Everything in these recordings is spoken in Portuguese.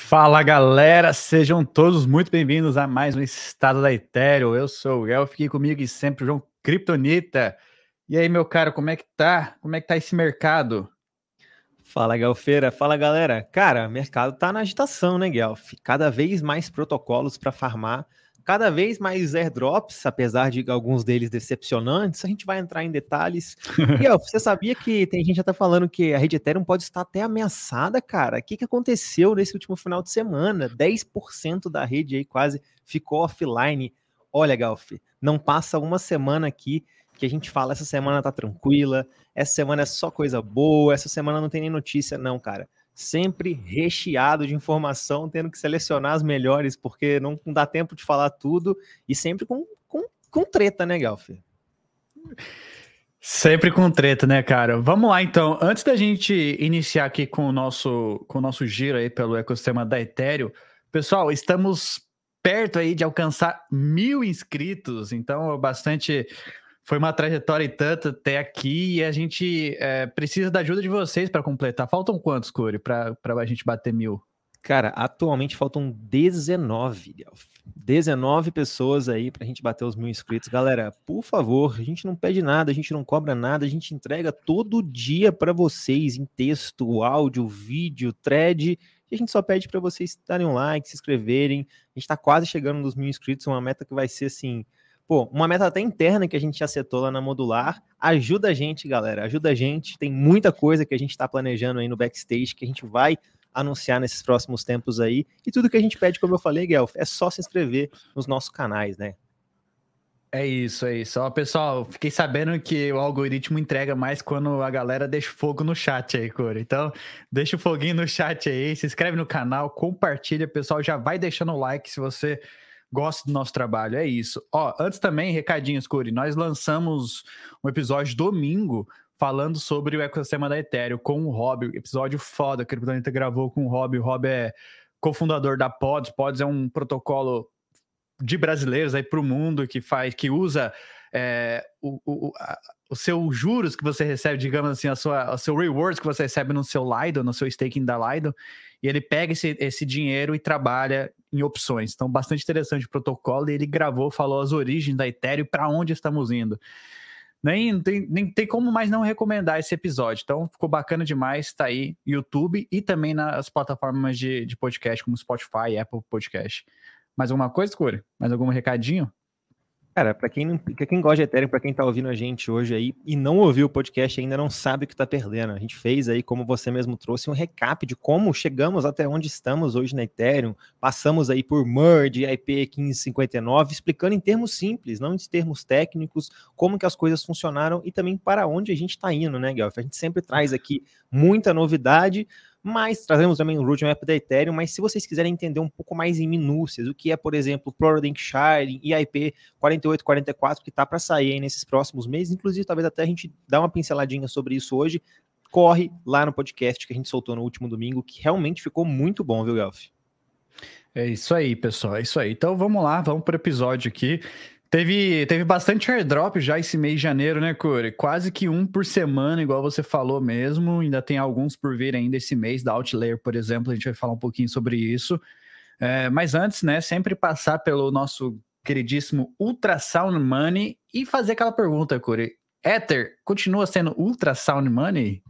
Fala galera, sejam todos muito bem-vindos a mais um Estado da Ethereum. Eu sou o Gel, fiquei comigo e sempre o João Kryptonita. E aí, meu cara, como é que tá? Como é que tá esse mercado? Fala, Galfeira. Fala, galera. Cara, o mercado tá na agitação, né, Guelph? Cada vez mais protocolos para farmar, cada vez mais airdrops, apesar de alguns deles decepcionantes. A gente vai entrar em detalhes. E, Guelph, você sabia que tem gente até falando que a rede Ethereum pode estar até ameaçada, cara? O que aconteceu nesse último final de semana? 10% da rede aí quase ficou offline. Olha, Guelph, não passa uma semana aqui que a gente fala, essa semana tá tranquila, essa semana é só coisa boa, essa semana não tem nem notícia, não, cara. Sempre recheado de informação, tendo que selecionar as melhores, porque não dá tempo de falar tudo, e sempre com treta, né, Galf? Sempre com treta, né, cara? Vamos lá, então. Antes da gente iniciar aqui com o nosso giro aí pelo ecossistema da Ethereum, pessoal, estamos perto aí de alcançar 1.000 inscritos, então foi uma trajetória e tanto até aqui e a gente precisa da ajuda de vocês para completar. Faltam quantos, Corey, para a gente bater 1.000? Cara, atualmente faltam 19, Guelph. 19 pessoas aí pra gente bater os 1.000 inscritos. Galera, por favor, a gente não pede nada, a gente não cobra nada, a gente entrega todo dia para vocês em texto, áudio, vídeo, thread. E a gente só pede para vocês darem um like, se inscreverem. A gente tá quase chegando nos 1.000 inscritos, uma meta que vai ser assim, uma meta até interna que a gente acertou lá na Modular. Ajuda a gente, galera, ajuda a gente. Tem muita coisa que a gente tá planejando aí no backstage que a gente vai anunciar nesses próximos tempos aí. E tudo que a gente pede, como eu falei, Guelph, é só se inscrever nos nossos canais, né? É isso, é isso. Ó, pessoal, fiquei sabendo que o algoritmo entrega mais quando a galera deixa fogo no chat aí, Corey. Então, deixa o foguinho no chat aí, se inscreve no canal, compartilha, pessoal, já vai deixando o like se você gosta do nosso trabalho, é isso. Ó, antes também, recadinhos, Corey, nós lançamos um episódio domingo falando sobre o ecossistema da Ethereum com o Rob, episódio foda que o Kryptonita gravou com o Rob. O Rob é cofundador da Pods. Pods é um protocolo de brasileiros aí para o mundo que usa o seu juros que você recebe, digamos assim, o seu rewards que você recebe no seu Lido, no seu staking da Lido, e ele pega esse dinheiro e trabalha em opções. Então, bastante interessante o protocolo, e ele gravou, falou as origens da Ethereum, para onde estamos indo. Nem tem como mais não recomendar esse episódio. Então, ficou bacana demais, tá aí no YouTube e também nas plataformas de podcast, como Spotify e Apple Podcast. Mais alguma coisa, Corey? Mais algum recadinho? Cara, pra quem gosta de Ethereum, pra quem tá ouvindo a gente hoje aí e não ouviu o podcast ainda, não sabe o que tá perdendo. A gente fez aí, como você mesmo trouxe, um recap de como chegamos até onde estamos hoje na Ethereum. Passamos aí por Merge, IP 1559, explicando em termos simples, não em termos técnicos, como que as coisas funcionaram e também para onde a gente tá indo, né, Guelph? A gente sempre traz aqui muita novidade, mas trazemos também o roadmap da Ethereum. Mas se vocês quiserem entender um pouco mais em minúcias, o que é, por exemplo, Proof Sharing e IP 4844, que está para sair aí nesses próximos meses, inclusive talvez até a gente dá uma pinceladinha sobre isso hoje, corre lá no podcast que a gente soltou no último domingo, que realmente ficou muito bom, viu, Guelph? É isso aí, pessoal, é isso aí. Então vamos lá, vamos para o episódio aqui. Teve bastante airdrop já esse mês de janeiro, né, Corey? Quase que um por semana, igual você falou mesmo. Ainda tem alguns por vir ainda esse mês, da Outlayer, por exemplo. A gente vai falar um pouquinho sobre isso. Mas antes, né, sempre passar pelo nosso queridíssimo Ultrasound Money e fazer aquela pergunta, Corey. Ether continua sendo Ultrasound Money?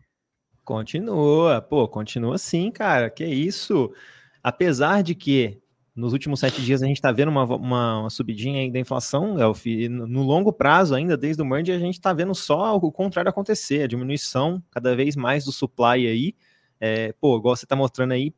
Continua sim, cara. Que isso? Apesar de que nos últimos 7 dias a gente está vendo uma subidinha aí da inflação, Elf, e no longo prazo ainda, desde o merge, a gente está vendo só o contrário acontecer, a diminuição cada vez mais do supply aí, igual você está mostrando aí,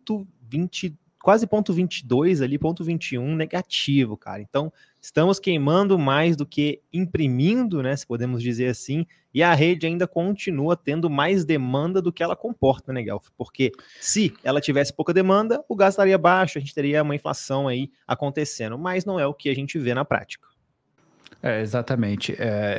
quase 0,22 ali, 0,21 negativo, cara. Então, estamos queimando mais do que imprimindo, né, se podemos dizer assim, e a rede ainda continua tendo mais demanda do que ela comporta, né, Guelph? Porque se ela tivesse pouca demanda, o gás estaria baixo, a gente teria uma inflação aí acontecendo, mas não é o que a gente vê na prática. Exatamente.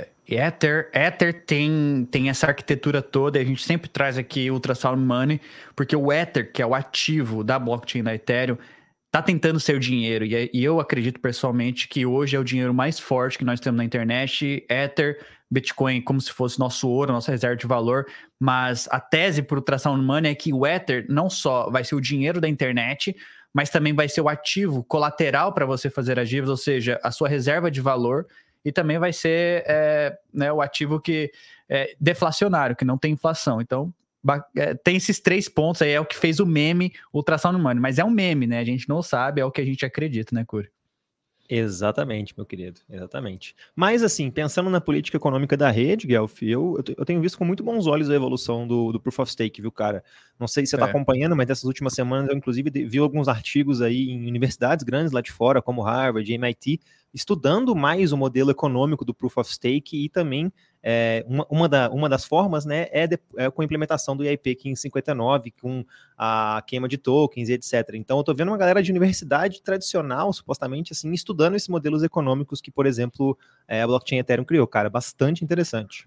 Ether tem essa arquitetura toda, e a gente sempre traz aqui Ultrasound Money, porque o Ether, que é o ativo da blockchain da Ethereum, tá tentando ser o dinheiro, e eu acredito pessoalmente que hoje é o dinheiro mais forte que nós temos na internet. Ether Bitcoin como se fosse nosso ouro, nossa reserva de valor, mas a tese por tração no money é que o Ether não só vai ser o dinheiro da internet, mas também vai ser o ativo colateral para você fazer as dívidas, ou seja, a sua reserva de valor, e também vai ser né, o ativo que é deflacionário, que não tem inflação. Então, tem esses 3 pontos aí, é o que fez o meme, o tração no money, mas é um meme, né? A gente não sabe, é o que a gente acredita, né, Curi? Exatamente, meu querido, exatamente. Mas, assim, pensando na política econômica da rede, Guelph, eu tenho visto com muito bons olhos a evolução do Proof of Stake, viu, cara? Não sei se você está acompanhando, mas nessas últimas semanas eu, inclusive, vi alguns artigos aí em universidades grandes lá de fora, como Harvard e MIT, estudando mais o modelo econômico do Proof of Stake e também uma das formas, né, com a implementação do EIP 1559, com a queima de tokens e etc. Então, eu tô vendo uma galera de universidade tradicional, supostamente, assim, estudando esses modelos econômicos que, por exemplo, a blockchain Ethereum criou, cara, bastante interessante.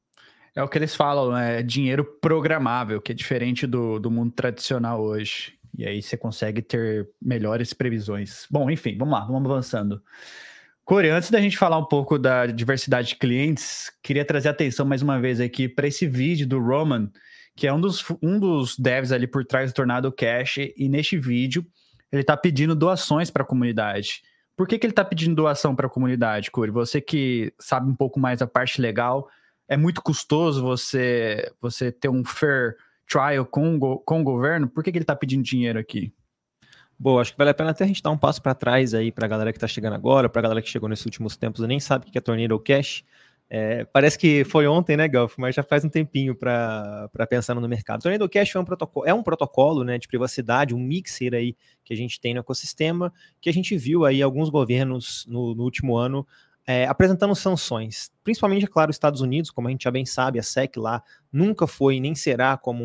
É o que eles falam, é dinheiro programável, que é diferente do mundo tradicional hoje. E aí você consegue ter melhores previsões. Bom, enfim, vamos lá, vamos avançando. Corey, antes da gente falar um pouco da diversidade de clientes, queria trazer atenção mais uma vez aqui para esse vídeo do Roman, que é um dos devs ali por trás do Tornado Cash, e neste vídeo ele está pedindo doações para a comunidade. Por que ele está pedindo doação para a comunidade, Corey? Você que sabe um pouco mais da parte legal, é muito custoso você ter um fair trial com o governo? Por que ele está pedindo dinheiro aqui? Bom, acho que vale a pena até a gente dar um passo para trás aí para a galera que está chegando agora, para a galera que chegou nesses últimos tempos e nem sabe o que é Tornado Cash. Parece que foi ontem, né, Guelph? Mas já faz um tempinho para pensar no mercado. Tornado Cash é um protocolo, né, de privacidade, um mixer aí que a gente tem no ecossistema, que a gente viu aí alguns governos no último ano apresentando sanções, principalmente, é claro, os Estados Unidos, como a gente já bem sabe, a SEC lá nunca foi nem será como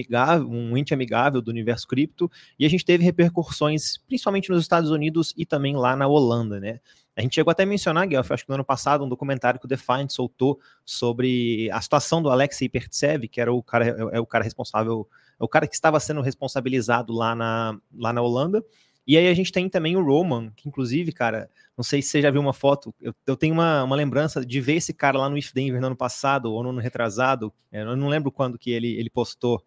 um ente amigável do universo cripto, e a gente teve repercussões principalmente nos Estados Unidos e também lá na Holanda, né? A gente chegou até a mencionar, Guelph, acho que no ano passado, um documentário que o Defiant soltou sobre a situação do Alexei Pertsev, que era o cara responsável, o cara que estava sendo responsabilizado lá na Holanda. E aí a gente tem também o Roman, que inclusive, cara, não sei se você já viu uma foto, eu tenho uma lembrança de ver esse cara lá no If Denver no ano passado, ou no ano retrasado, eu não lembro quando que ele postou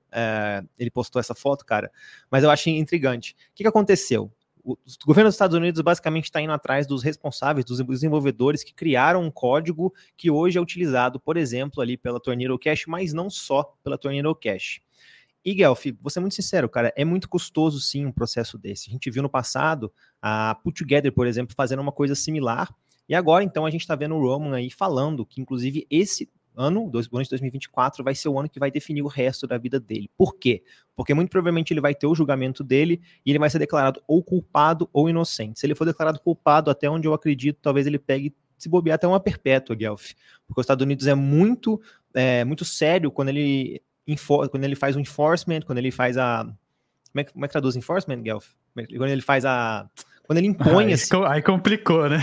essa foto, cara, mas eu achei intrigante. O que aconteceu? O governo dos Estados Unidos basicamente está indo atrás dos responsáveis, dos desenvolvedores que criaram um código que hoje é utilizado, por exemplo, ali pela Tornado Cash, mas não só pela Tornado Cash. E, Guelph, vou ser muito sincero, cara, é muito custoso sim um processo desse. A gente viu no passado a Put Together, por exemplo, fazendo uma coisa similar, e agora então a gente está vendo o Roman aí falando que inclusive esse ano, o ano de 2024, vai ser o ano que vai definir o resto da vida dele. Por quê? Porque muito provavelmente ele vai ter o julgamento dele e ele vai ser declarado ou culpado ou inocente. Se ele for declarado culpado, até onde eu acredito, talvez ele pegue, se bobear, até uma perpétua, Guelph. Porque os Estados Unidos é muito sério quando ele faz o enforcement, quando ele faz a... Como é que traduz enforcement, Guelph? Quando ele faz a... Quando ele impõe... Aí complicou, né?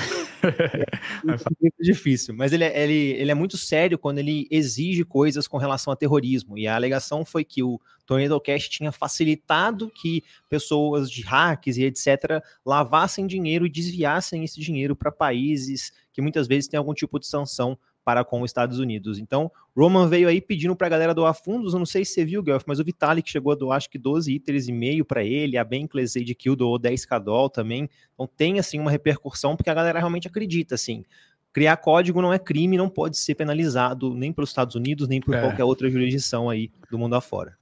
É difícil, mas ele é muito sério quando ele exige coisas com relação a terrorismo, e a alegação foi que o Tornado Cash tinha facilitado que pessoas de hacks e etc. lavassem dinheiro e desviassem esse dinheiro para países que muitas vezes têm algum tipo de sanção para com os Estados Unidos. Então, Roman veio aí pedindo para a galera doar fundos, eu não sei se você viu, Guelph, mas o Vitalik chegou a doar acho que 12 Ethers e meio para ele, a Bankless ADQ doou 10k doll também, então tem assim uma repercussão, porque a galera realmente acredita, assim, criar código não é crime, não pode ser penalizado nem pelos Estados Unidos, nem por qualquer outra jurisdição aí do mundo afora.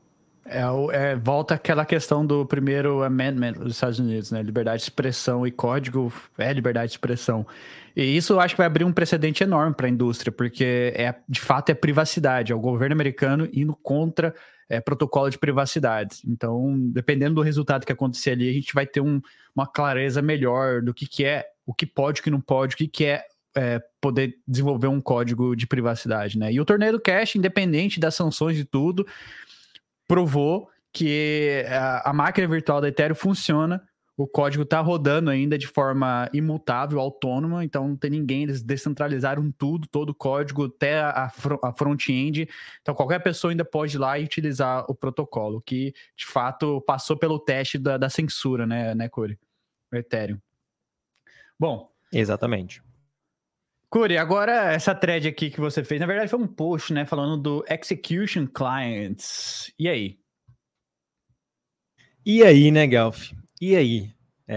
Volta aquela questão do primeiro amendment dos Estados Unidos, né? Liberdade de expressão e código é liberdade de expressão. E isso eu acho que vai abrir um precedente enorme para a indústria, porque de fato é privacidade, é o governo americano indo contra protocolo de privacidade. Então, dependendo do resultado que acontecer ali, a gente vai ter uma clareza melhor do que é, o que pode, o que não pode, o que é poder desenvolver um código de privacidade, né? E o Tornado Cash, independente das sanções e tudo, provou que a máquina virtual da Ethereum funciona, o código está rodando ainda de forma imutável, autônoma, então não tem ninguém, eles descentralizaram tudo, todo o código, até a front-end, então qualquer pessoa ainda pode ir lá e utilizar o protocolo, que de fato passou pelo teste da censura, né, Corey? O Ethereum. Bom. Exatamente. Curi, agora essa thread aqui que você fez, na verdade foi um post, né, falando do Execution Clients. E aí? E aí, né, Guelph? E aí?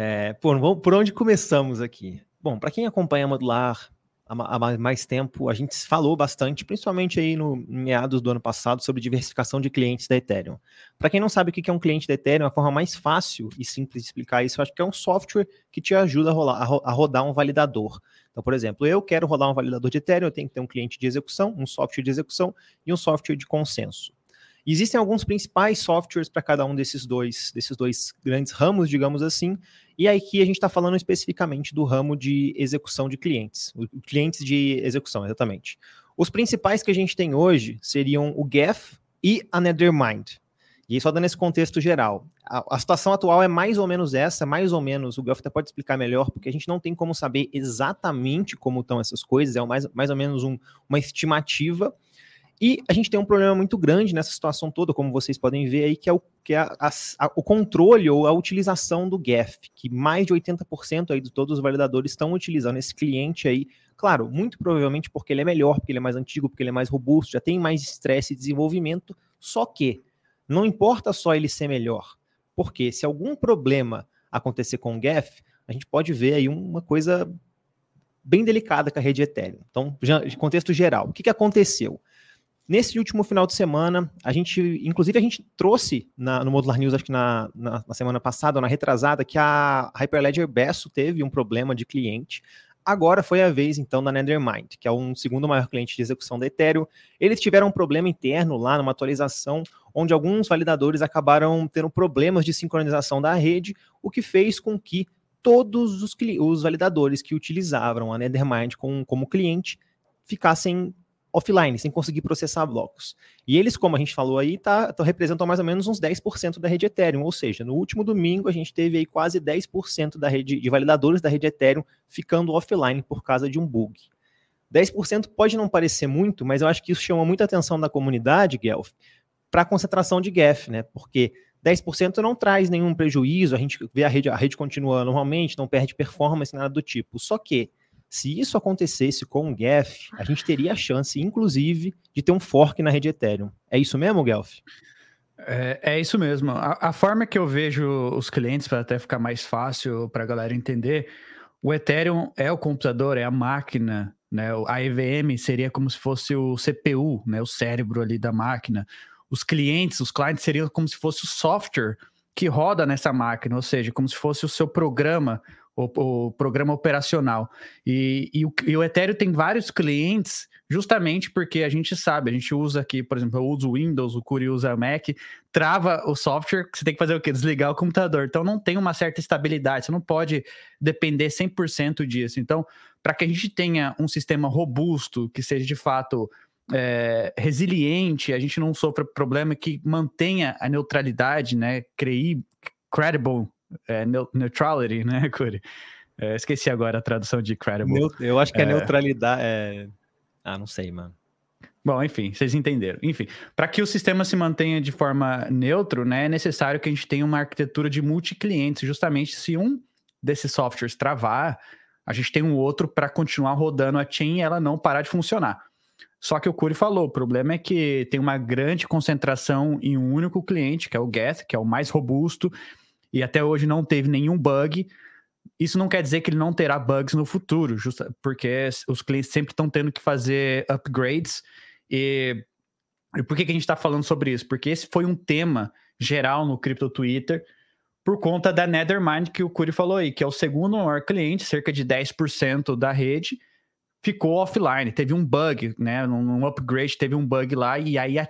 Por onde começamos aqui? Bom, para quem acompanha a Modular há mais tempo, a gente falou bastante, principalmente aí no meados do ano passado, sobre diversificação de clientes da Ethereum. Para quem não sabe o que é um cliente da Ethereum, a forma mais fácil e simples de explicar isso, eu acho que é um software que te ajuda a rodar um validador. Então, por exemplo, eu quero rodar um validador de Ethereum, eu tenho que ter um cliente de execução, um software de execução e um software de consenso. Existem alguns principais softwares para cada um desses dois grandes ramos, digamos assim, e aqui a gente está falando especificamente do ramo de execução de clientes, clientes de execução, exatamente. Os principais que a gente tem hoje seriam o Geth e a Nethermind. E aí, só dando esse contexto geral, a situação atual é mais ou menos essa, mais ou menos, o Guelph até pode explicar melhor, porque a gente não tem como saber exatamente como estão essas coisas, é mais ou menos uma estimativa. E a gente tem um problema muito grande nessa situação toda, como vocês podem ver aí, que é o controle ou a utilização do Geth, que mais de 80% aí de todos os validadores estão utilizando esse cliente aí, claro, muito provavelmente porque ele é melhor, porque ele é mais antigo, porque ele é mais robusto, já tem mais estresse e desenvolvimento, só que não importa só ele ser melhor, porque se algum problema acontecer com o Geth, a gente pode ver aí uma coisa bem delicada com a rede Ethereum. Então, contexto geral, o que aconteceu? Nesse último final de semana, a gente trouxe no Modular News, acho que na semana passada, ou na retrasada, que a Hyperledger Besso teve um problema de cliente. Agora foi a vez, então, da Nethermind, que é um segundo maior cliente de execução da Ethereum. Eles tiveram um problema interno lá numa atualização, onde alguns validadores acabaram tendo problemas de sincronização da rede, o que fez com que todos os validadores que utilizavam a Nethermind como cliente ficassem offline, sem conseguir processar blocos. E eles, como a gente falou aí, representam mais ou menos uns 10% da rede Ethereum, ou seja, no último domingo a gente teve aí quase 10% da rede de validadores da rede Ethereum ficando offline por causa de um bug. 10% pode não parecer muito, mas eu acho que isso chama muita atenção da comunidade, Guelph, para a concentração de Geth, né? Porque 10% não traz nenhum prejuízo, a gente vê a rede continua normalmente, não perde performance, nada do tipo. Só que se isso acontecesse com o Geth, a gente teria a chance, inclusive, de ter um fork na rede Ethereum. É isso mesmo, Guelph? É isso mesmo. A forma que eu vejo os clientes, para até ficar mais fácil para a galera entender, o Ethereum é o computador, é a máquina, né? A EVM seria como se fosse o CPU, né? O cérebro ali da máquina. Os clientes seriam como se fosse o software que roda nessa máquina, ou seja, como se fosse o seu programa, o programa operacional. E o Ethereum tem vários clientes, justamente porque a gente sabe, a gente usa aqui, por exemplo, eu uso o Windows, o Curi usa Mac, trava o software, você tem que fazer o quê? Desligar o computador. Então não tem uma certa estabilidade, você não pode depender 100% disso. Então, para que a gente tenha um sistema robusto, que seja de fato resiliente, a gente não sofra problema, que mantenha a neutralidade, né? Credible neutrality, né, Curi? Esqueci agora a tradução de credible. Eu acho que a neutralidade não sei, mano. Bom, enfim, vocês entenderam. Enfim, para que o sistema se mantenha de forma neutra, né, é necessário que a gente tenha uma arquitetura de multi-clientes. Justamente se um desses softwares travar, a gente tem um outro para continuar rodando a chain e ela não parar de funcionar. Só que o Curi falou, o problema é que tem uma grande concentração em um único cliente, que é o Geth, que é o mais robusto, e até hoje não teve nenhum bug. Isso não quer dizer que ele não terá bugs no futuro, porque os clientes sempre estão tendo que fazer upgrades. E por que a gente está falando sobre isso? Porque esse foi um tema geral no Crypto Twitter, por conta da Nethermind, que o Curi falou aí, que é o segundo maior cliente, cerca de 10% da rede, ficou offline. Teve um bug, né? Num upgrade teve um bug lá, e aí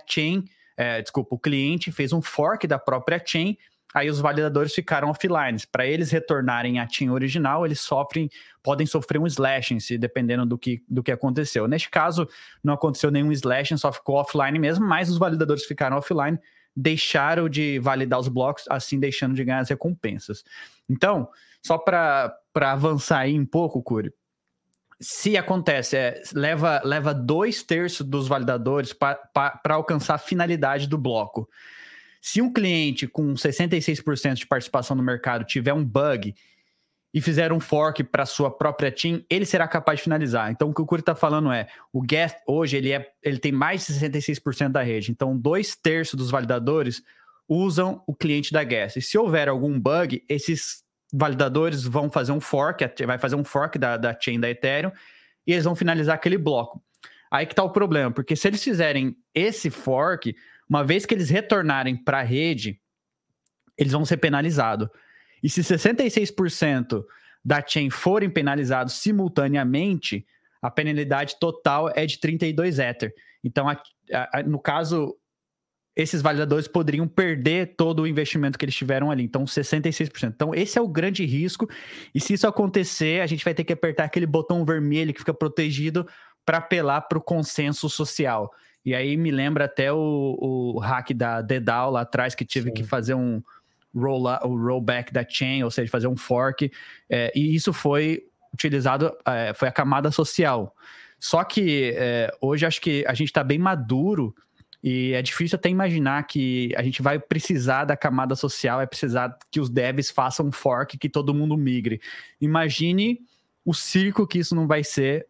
o cliente fez um fork da própria chain. Aí os validadores ficaram offline. Para eles retornarem à chain original, eles podem sofrer um slashing, dependendo do que aconteceu. Neste caso, não aconteceu nenhum slashing, só ficou offline mesmo, mas os validadores ficaram offline, deixaram de validar os blocos, assim deixando de ganhar as recompensas. Então, só para avançar aí um pouco, Curi, se acontece, leva 2/3 dos validadores para alcançar a finalidade do bloco. Se um cliente com 66% de participação no mercado tiver um bug e fizer um fork para sua própria chain, ele será capaz de finalizar. Então, o que o Curi está falando é, o Gas hoje ele tem mais de 66% da rede. Então, 2/3 dos validadores usam o cliente da Gas. E se houver algum bug, esses validadores vão fazer um fork, vai fazer um fork da chain da Ethereum, e eles vão finalizar aquele bloco. Aí que está o problema, porque se eles fizerem esse fork, uma vez que eles retornarem para a rede, eles vão ser penalizados. E se 66% da chain forem penalizados simultaneamente, a penalidade total é de 32 Ether. Então, no caso, esses validadores poderiam perder todo o investimento que eles tiveram ali. Então, 66%. Então, esse é o grande risco. E se isso acontecer, a gente vai ter que apertar aquele botão vermelho que fica protegido para apelar para o consenso social. E aí me lembra até o hack da DDAO lá atrás, que tive que fazer o rollback da chain, ou seja, fazer um fork, e isso foi utilizado, foi a camada social. Só que hoje acho que a gente está bem maduro e é difícil até imaginar que a gente vai precisar da camada social, é precisar que os devs façam um fork, que todo mundo migre. Imagine o circo que isso não vai ser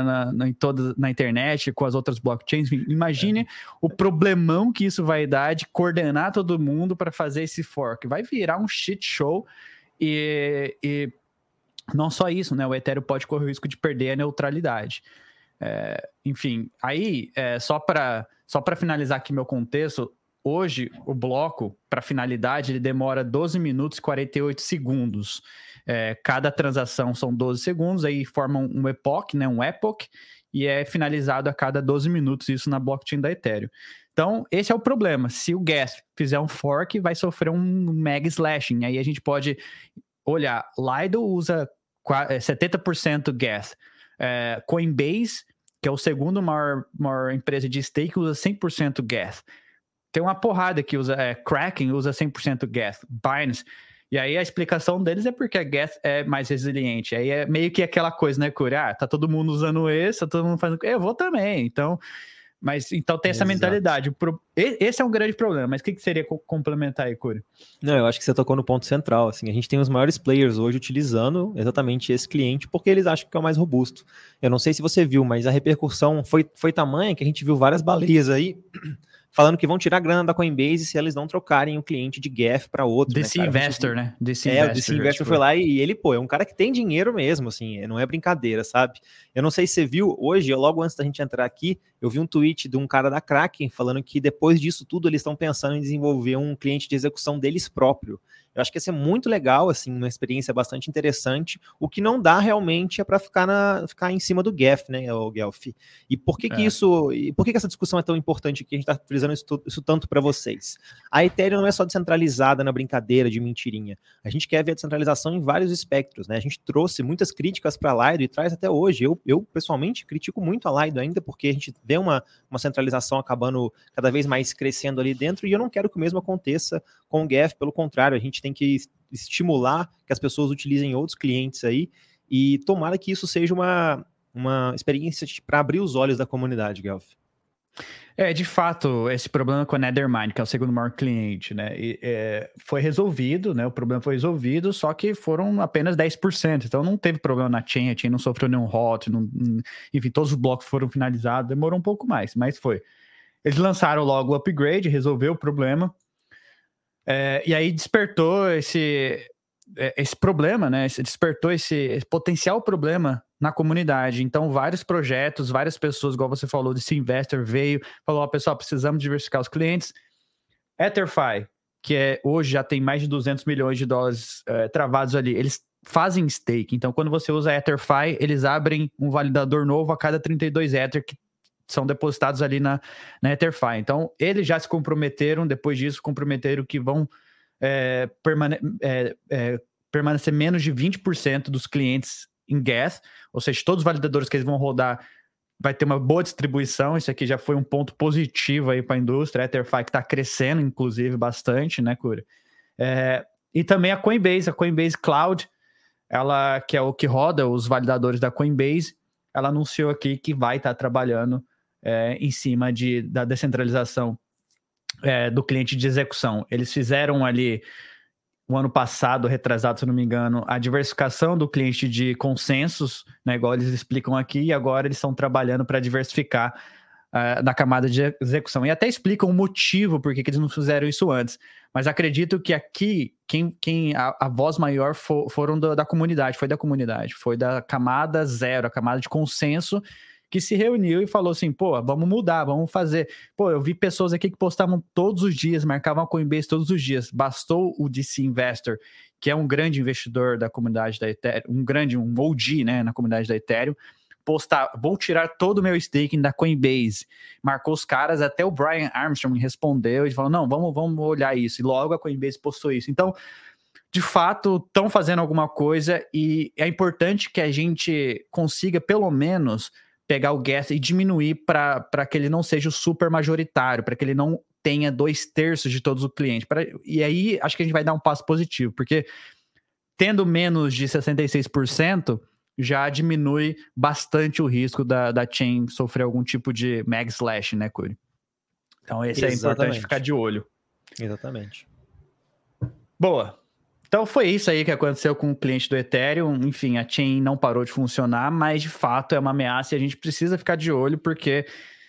na internet, com as outras blockchains. Imagine o problemão que isso vai dar de coordenar todo mundo para fazer esse fork. Vai virar um shit show e não só isso, né? O Ethereum pode correr o risco de perder a neutralidade. Enfim, aí, só para finalizar aqui meu contexto, hoje o bloco, para finalidade, ele demora 12 minutos e 48 segundos. Cada transação são 12 segundos, aí formam um epoch, né, um epoch, e é finalizado a cada 12 minutos, isso na blockchain da Ethereum. Então, esse é o problema. Se o Gas fizer um fork, vai sofrer um mega slashing. Aí a gente pode olhar, Lido usa 70% Gas. Coinbase, que é o segundo maior empresa de stake, usa 100% Gas. Tem uma porrada que usa, Kraken usa 100% Gas, Binance. E aí a explicação deles é porque a Gas é mais resiliente. Aí é meio que aquela coisa, né, Curi? Tá todo mundo usando esse, tá todo mundo fazendo... Eu vou também, então... Então tem essa mentalidade. Esse é um grande problema. Mas o que seria complementar aí, Curi? Não, eu acho que você tocou no ponto central. Assim, a gente tem os maiores players hoje utilizando exatamente esse cliente porque eles acham que é o mais robusto. Eu não sei se você viu, mas a repercussão foi tamanha que a gente viu várias baleias aí falando que vão tirar grana da Coinbase se eles não trocarem o cliente de GAF para outro. DC Investor, né? O DC Investor foi lá e ele, é um cara que tem dinheiro mesmo, assim, não é brincadeira, sabe? Eu não sei se você viu, hoje, logo antes da gente entrar aqui, eu vi um tweet de um cara da Kraken falando que depois disso tudo eles estão pensando em desenvolver um cliente de execução deles próprio. Eu acho que ia ser muito legal, assim, uma experiência bastante interessante. O que não dá realmente é para ficar em cima do GAF, né, o Guelph. E por que que essa discussão é tão importante que a gente está frisando isso tanto para vocês? A Ethereum não é só descentralizada na brincadeira de mentirinha. A gente quer ver a descentralização em vários espectros, né? A gente trouxe muitas críticas para a Lido e traz até hoje. Eu pessoalmente critico muito a Lido ainda porque a gente vê uma centralização acabando cada vez mais crescendo ali dentro e eu não quero que o mesmo aconteça com o GAF, pelo contrário, a gente tem que estimular que as pessoas utilizem outros clientes aí e tomara que isso seja uma experiência para abrir os olhos da comunidade, Guelph. De fato, esse problema com a Nethermind, que é o segundo maior cliente, né, foi resolvido, né, o problema foi resolvido, só que foram apenas 10%, então não teve problema na chain, a chain não sofreu nenhum hot, enfim, todos os blocos foram finalizados, demorou um pouco mais, mas foi. Eles lançaram logo o upgrade, resolveu o problema, e aí despertou esse problema, né? Despertou esse potencial problema na comunidade. Então, vários projetos, várias pessoas, igual você falou, desse investor veio, falou, pessoal, precisamos diversificar os clientes. EtherFi, que hoje já tem mais de 200 milhões de dólares travados ali, eles fazem stake. Então, quando você usa EtherFi, eles abrem um validador novo a cada 32 Ether que são depositados ali na EtherFi. Então, eles já se comprometeram, depois disso, comprometeram que vão permanecer menos de 20% dos clientes em Gas, ou seja, todos os validadores que eles vão rodar vai ter uma boa distribuição. Isso aqui já foi um ponto positivo aí para a indústria. A EtherFi que está crescendo, inclusive, bastante, né, Curi? E também a Coinbase Cloud, ela que é o que roda os validadores da Coinbase, ela anunciou aqui que vai estar trabalhando em cima da descentralização do cliente de execução. Eles fizeram ali o ano passado, retrasado, se não me engano, a diversificação do cliente de consensos, né, igual eles explicam aqui, e agora eles estão trabalhando para diversificar na camada de execução. E até explicam o motivo por que eles não fizeram isso antes. Mas acredito que aqui, a voz maior foram da comunidade, foi da camada zero, a camada de consenso, que se reuniu e falou assim, pô, vamos mudar, vamos fazer. Pô, eu vi pessoas aqui que postavam todos os dias, marcavam a Coinbase todos os dias. Bastou o DC Investor, que é um grande investidor da comunidade da Ethereum, um OG, né, na comunidade da Ethereum, postar, vou tirar todo o meu staking da Coinbase. Marcou os caras, até o Brian Armstrong respondeu e falou, não, vamos olhar isso. E logo a Coinbase postou isso. Então, de fato, estão fazendo alguma coisa e é importante que a gente consiga, pelo menos, pegar o gas e diminuir para que ele não seja o super majoritário, para que ele não tenha 2/3 de todos os clientes. E aí, acho que a gente vai dar um passo positivo, porque tendo menos de 66%, já diminui bastante o risco da chain sofrer algum tipo de mag slash, né, Curi? Então, esse é importante ficar de olho. Exatamente. Boa. Então, foi isso aí que aconteceu com o cliente do Ethereum. Enfim, a chain não parou de funcionar, mas, de fato, é uma ameaça e a gente precisa ficar de olho, porque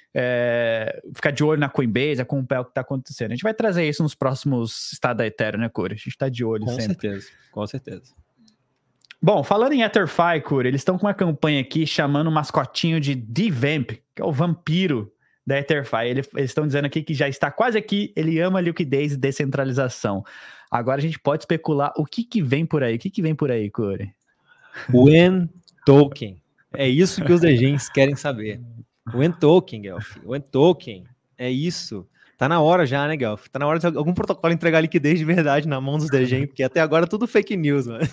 ficar de olho na Coinbase, acompanhar o que está acontecendo. A gente vai trazer isso nos próximos estados da Ethereum, né, Curi? A gente está de olho sempre. Com certeza. Bom, falando em EtherFi, Curi, eles estão com uma campanha aqui chamando o mascotinho de D-Vamp, que é o vampiro da EtherFi. Eles estão dizendo aqui que já está quase aqui, ele ama liquidez e descentralização. Agora a gente pode especular o que vem por aí. O que vem por aí, Curi? O N-Token. É isso que os agents querem saber. O N-Token, Guelph. O N-Token é isso. Tá na hora já, né, Guelph? Tá na hora de algum protocolo entregar liquidez de verdade na mão dos agents, porque até agora é tudo fake news, mano.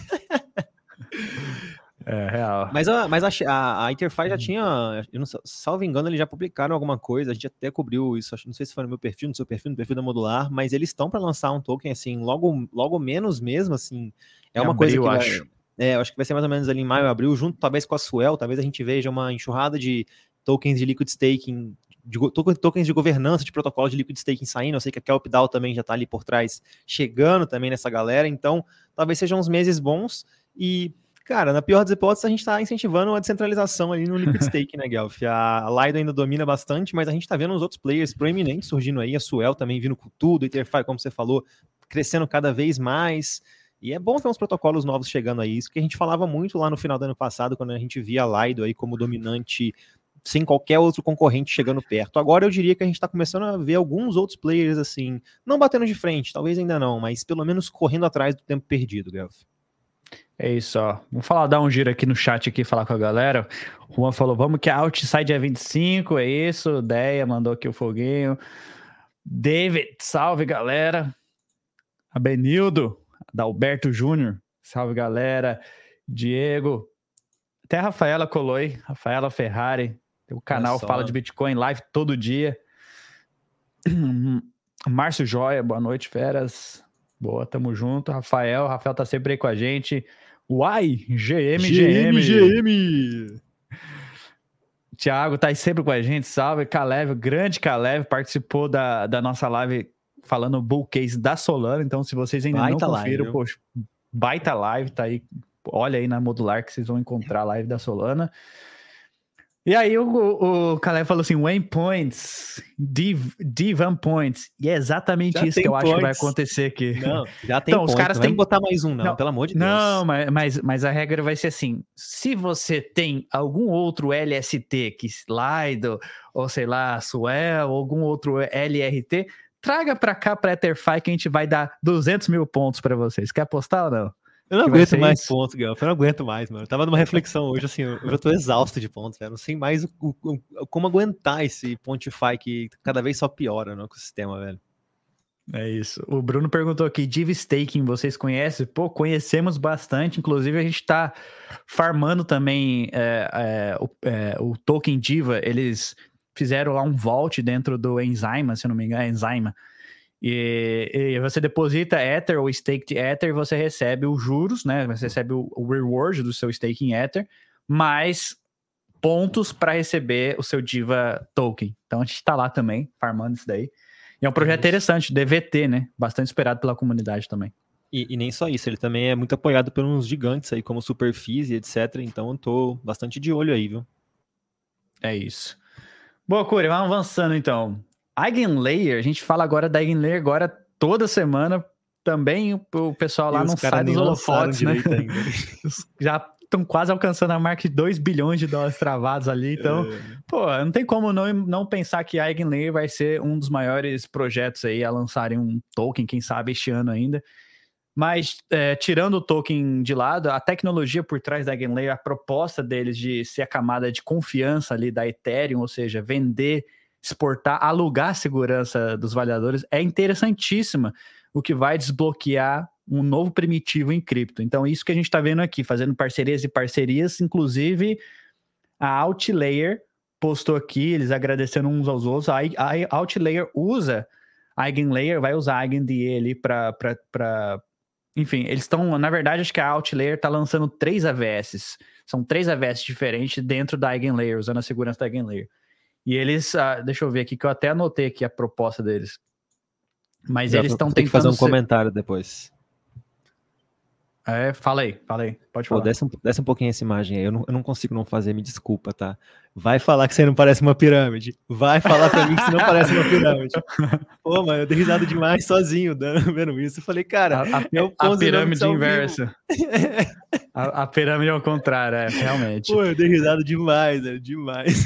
É real. Mas a EtherFi já tinha, eu não, salvo engano, eles já publicaram alguma coisa, a gente até cobriu isso, não sei se foi no meu perfil, no seu perfil, no perfil da Modular, mas eles estão para lançar um token, assim, logo menos mesmo, assim, é uma coisa que eu acho. Eu acho que vai ser mais ou menos ali em maio, abril, junto talvez com a Swell, talvez a gente veja uma enxurrada de tokens de liquid staking, tokens de governança de protocolo de liquid staking saindo. Eu sei que a KelpDAO também já está ali por trás, chegando também nessa galera, então talvez sejam uns meses bons. E, cara, na pior das hipóteses, a gente está incentivando a descentralização ali no liquid staking, né, Guelph? A Lido ainda domina bastante, mas a gente está vendo os outros players proeminentes surgindo aí, a Swell também vindo com tudo, a EtherFi, como você falou, crescendo cada vez mais. E é bom ter uns protocolos novos chegando aí, isso que a gente falava muito lá no final do ano passado, quando a gente via a Lido aí como dominante, sem qualquer outro concorrente chegando perto. Agora eu diria que a gente está começando a ver alguns outros players assim, não batendo de frente, talvez ainda não, mas pelo menos correndo atrás do tempo perdido, Guelph. É isso, ó. Vamos dar um giro aqui no chat aqui, falar com a galera. O Juan falou, vamos que a Outside é 25, é isso. Deia mandou aqui o foguinho. David, salve, galera. A Benildo, Adalberto Júnior, salve, galera. Diego, até a Rafaela colou aí, Rafaela Ferrari. O canal fala de Bitcoin live todo dia. Márcio Joia, boa noite, feras. Boa, tamo junto. Rafael tá sempre aí com a gente. Uai, GM. Thiago tá aí sempre com a gente, salve. Kalev, o grande Kalev, participou da nossa live falando bull case da Solana. Então, se vocês ainda não confiram, poxa, baita live, tá aí. Olha aí na Modular que vocês vão encontrar a live da Solana. E aí o Kalev falou assim, waypoints, divan points, e é exatamente já isso que eu acho que vai acontecer aqui. Não, já tem então, os caras têm que botar mais um, não, pelo amor de Deus. Não, mas a regra vai ser assim, se você tem algum outro LST, que Slido, ou sei lá, Swell, ou algum outro LRT, traga pra cá pra EtherFi que a gente vai dar 200 mil pontos pra vocês. Quer apostar ou não? Eu não aguento mais pontos, Guelph. Eu não aguento mais, mano. Eu tava numa reflexão hoje, assim, eu já tô exausto de pontos, velho. Não sei mais como aguentar esse Pontify que cada vez só piora no ecossistema, velho. É isso. O Bruno perguntou aqui, Div Staking, vocês conhecem? Pô, conhecemos bastante. Inclusive, a gente tá farmando também o token Diva. Eles fizeram lá um vault dentro do Enzyma, se eu não me engano, é Enzyma. E você deposita Ether ou Staked Ether, você recebe os juros, né? Você recebe o reward do seu stake em Ether, mais pontos para receber o seu Diva Token. Então a gente está lá também, farmando isso daí. E é um projeto interessante, DVT, né? Bastante esperado pela comunidade também. E nem só isso, ele também é muito apoiado por uns gigantes aí, como Superfície, etc. Então eu tô bastante de olho aí, viu? É isso. Boa, Curi, vamos avançando então. Eigenlayer, a gente fala agora da Eigenlayer agora toda semana. Também o pessoal E lá os não caras sai nem dos lançaram holofotes, né? direito ainda. Já estão quase alcançando a marca de 2 bilhões de dólares travados ali. Então, pô, não tem como não pensar que a Eigenlayer vai ser um dos maiores projetos aí a lançarem um token, quem sabe este ano ainda. Mas, tirando o token de lado, a tecnologia por trás da Eigenlayer, a proposta deles de ser a camada de confiança ali da Ethereum, ou seja, vender, exportar, alugar a segurança dos validadores, é interessantíssima, o que vai desbloquear um novo primitivo em cripto. Então, isso que a gente está vendo aqui, fazendo parcerias e parcerias, inclusive a Outlayer postou aqui, eles agradecendo uns aos outros, a Outlayer usa a Eigenlayer, vai usar a EigenDA ali para enfim, eles estão, na verdade, acho que a Outlayer está lançando 3 AVS. São 3 AVS diferentes dentro da Eigenlayer, usando a segurança da Eigenlayer. E eles, deixa eu ver aqui, que eu até anotei aqui a proposta deles. Mas eles estão Tem que fazer tentando... um comentário depois. Fala aí, pode Pô, falar. desce um pouquinho essa imagem aí, eu não consigo não fazer, me desculpa, tá? Vai falar que você não parece uma pirâmide. Vai falar pra mim que você não parece uma pirâmide. Pô, mano, eu dei risada demais sozinho, vendo isso. Eu falei, cara, é o A Ponzi pirâmide ao inversa. A pirâmide ao contrário, realmente. Pô, eu dei risada demais, demais.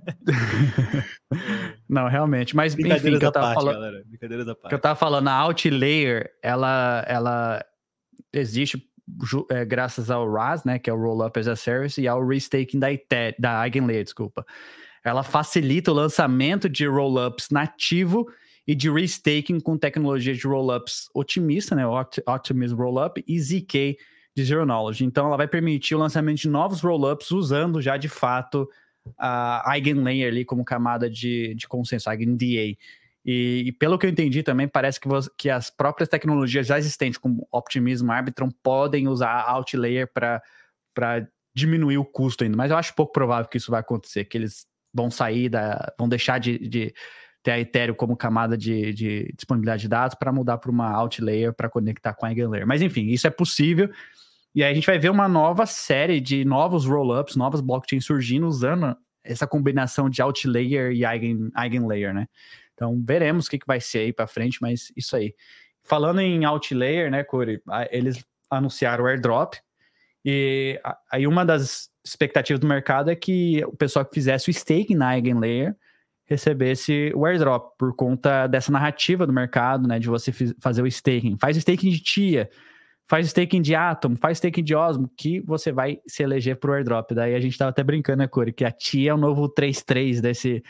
Não, realmente. Mas, enfim, que eu tava falando... galera. Brincadeiras da parte. Que eu tava falando, a Outlayer, ela existe graças ao RAS, né, que é o Rollup as a Service, e ao restaking da Eigenlayer, desculpa. Ela facilita o lançamento de rollups nativo e de restaking com tecnologia de rollups otimista, né, Optimism Rollup e ZK de Zero Knowledge. Então, ela vai permitir o lançamento de novos rollups usando já, de fato, a Eigenlayer ali como camada de consenso, a EigenDA. E pelo que eu entendi também, parece que as próprias tecnologias já existentes, como Optimism, Arbitrum, podem usar a Outlayer para diminuir o custo ainda. Mas eu acho pouco provável que isso vai acontecer, que eles vão vão deixar de ter a Ethereum como camada de disponibilidade de dados para mudar para uma Outlayer para conectar com a Eigenlayer. Mas enfim, isso é possível. E aí a gente vai ver uma nova série de novos rollups, novas blockchains surgindo usando essa combinação de Outlayer e Eigenlayer, né? Então, veremos o que vai ser aí para frente, mas isso aí. Falando em Outlayer, né, Corey, eles anunciaram o airdrop, e aí uma das expectativas do mercado é que o pessoal que fizesse o staking na Eigenlayer recebesse o airdrop, por conta dessa narrativa do mercado, né, de você fazer o staking. Faz o staking de TIA, faz o staking de Atom, faz o staking de Osmo, que você vai se eleger pro airdrop. Daí a gente tava até brincando, né, Corey, que a TIA é o novo 3-3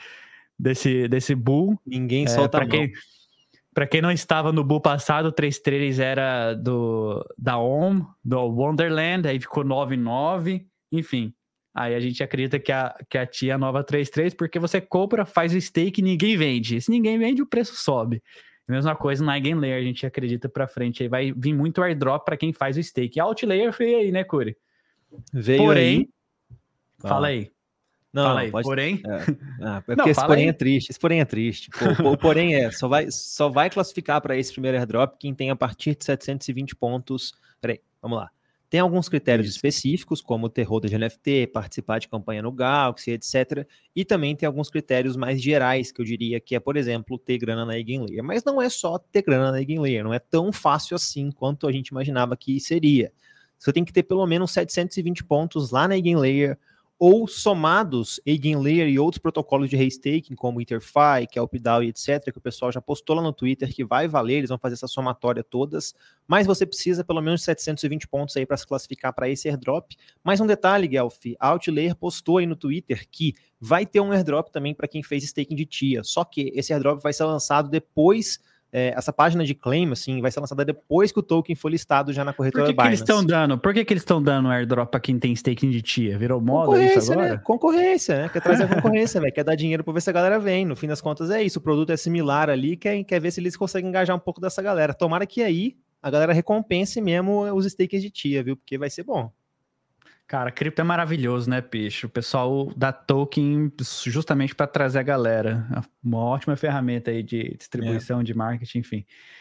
desse bull. Ninguém solta a mão. Para quem não estava no bull passado, o 3-3 era da OM, do Wonderland, aí ficou 9-9, enfim. Aí a gente acredita que a TIA é a nova 3-3, porque você compra, faz o stake e ninguém vende. Se ninguém vende, o preço sobe. Mesma coisa na Eigenlayer, a gente acredita para frente. Aí vai vir muito airdrop para quem faz o stake. A Outlayer veio aí, né, Curi? Porém, aí. Fala aí. Não, Fala aí. pode... Porém? Porque esse porém é triste. Esse porém é triste. O porém só vai classificar para esse primeiro airdrop quem tem a partir de 720 pontos. Peraí, vamos lá. Tem alguns critérios específicos, como ter holder de NFT, participar de campanha no Galaxy, etc. E também tem alguns critérios mais gerais, que eu diria que é, por exemplo, ter grana na Eigenlayer. Mas não é só ter grana na Eigenlayer, não é tão fácil assim quanto a gente imaginava que seria. Você tem que ter pelo menos 720 pontos lá na Eigenlayer, ou somados Eigenlayer e outros protocolos de restaking, como InterFi, que é o PDAO e etc., que o pessoal já postou lá no Twitter, que vai valer, eles vão fazer essa somatória todas, mas você precisa pelo menos 720 pontos aí para se classificar para esse airdrop. Mais um detalhe, Guelph, a Outlayer postou aí no Twitter que vai ter um airdrop também para quem fez staking de TIA, só que esse airdrop vai ser lançado depois... essa página de claim, assim, vai ser lançada depois que o token for listado já na corretora Binance. Por que eles estão dando airdrop pra quem tem staking de TIA? Virou moda isso agora? Né? Concorrência, né? Quer trazer a concorrência, velho. Quer dar dinheiro pra ver se a galera vem. No fim das contas é isso. O produto é similar ali, quer ver se eles conseguem engajar um pouco dessa galera. Tomara que aí a galera recompense mesmo os stakes de TIA, viu? Porque vai ser bom. Cara, cripto é maravilhoso, né, bicho? O pessoal dá token justamente para trazer a galera. Uma ótima ferramenta aí de distribuição, de marketing, enfim.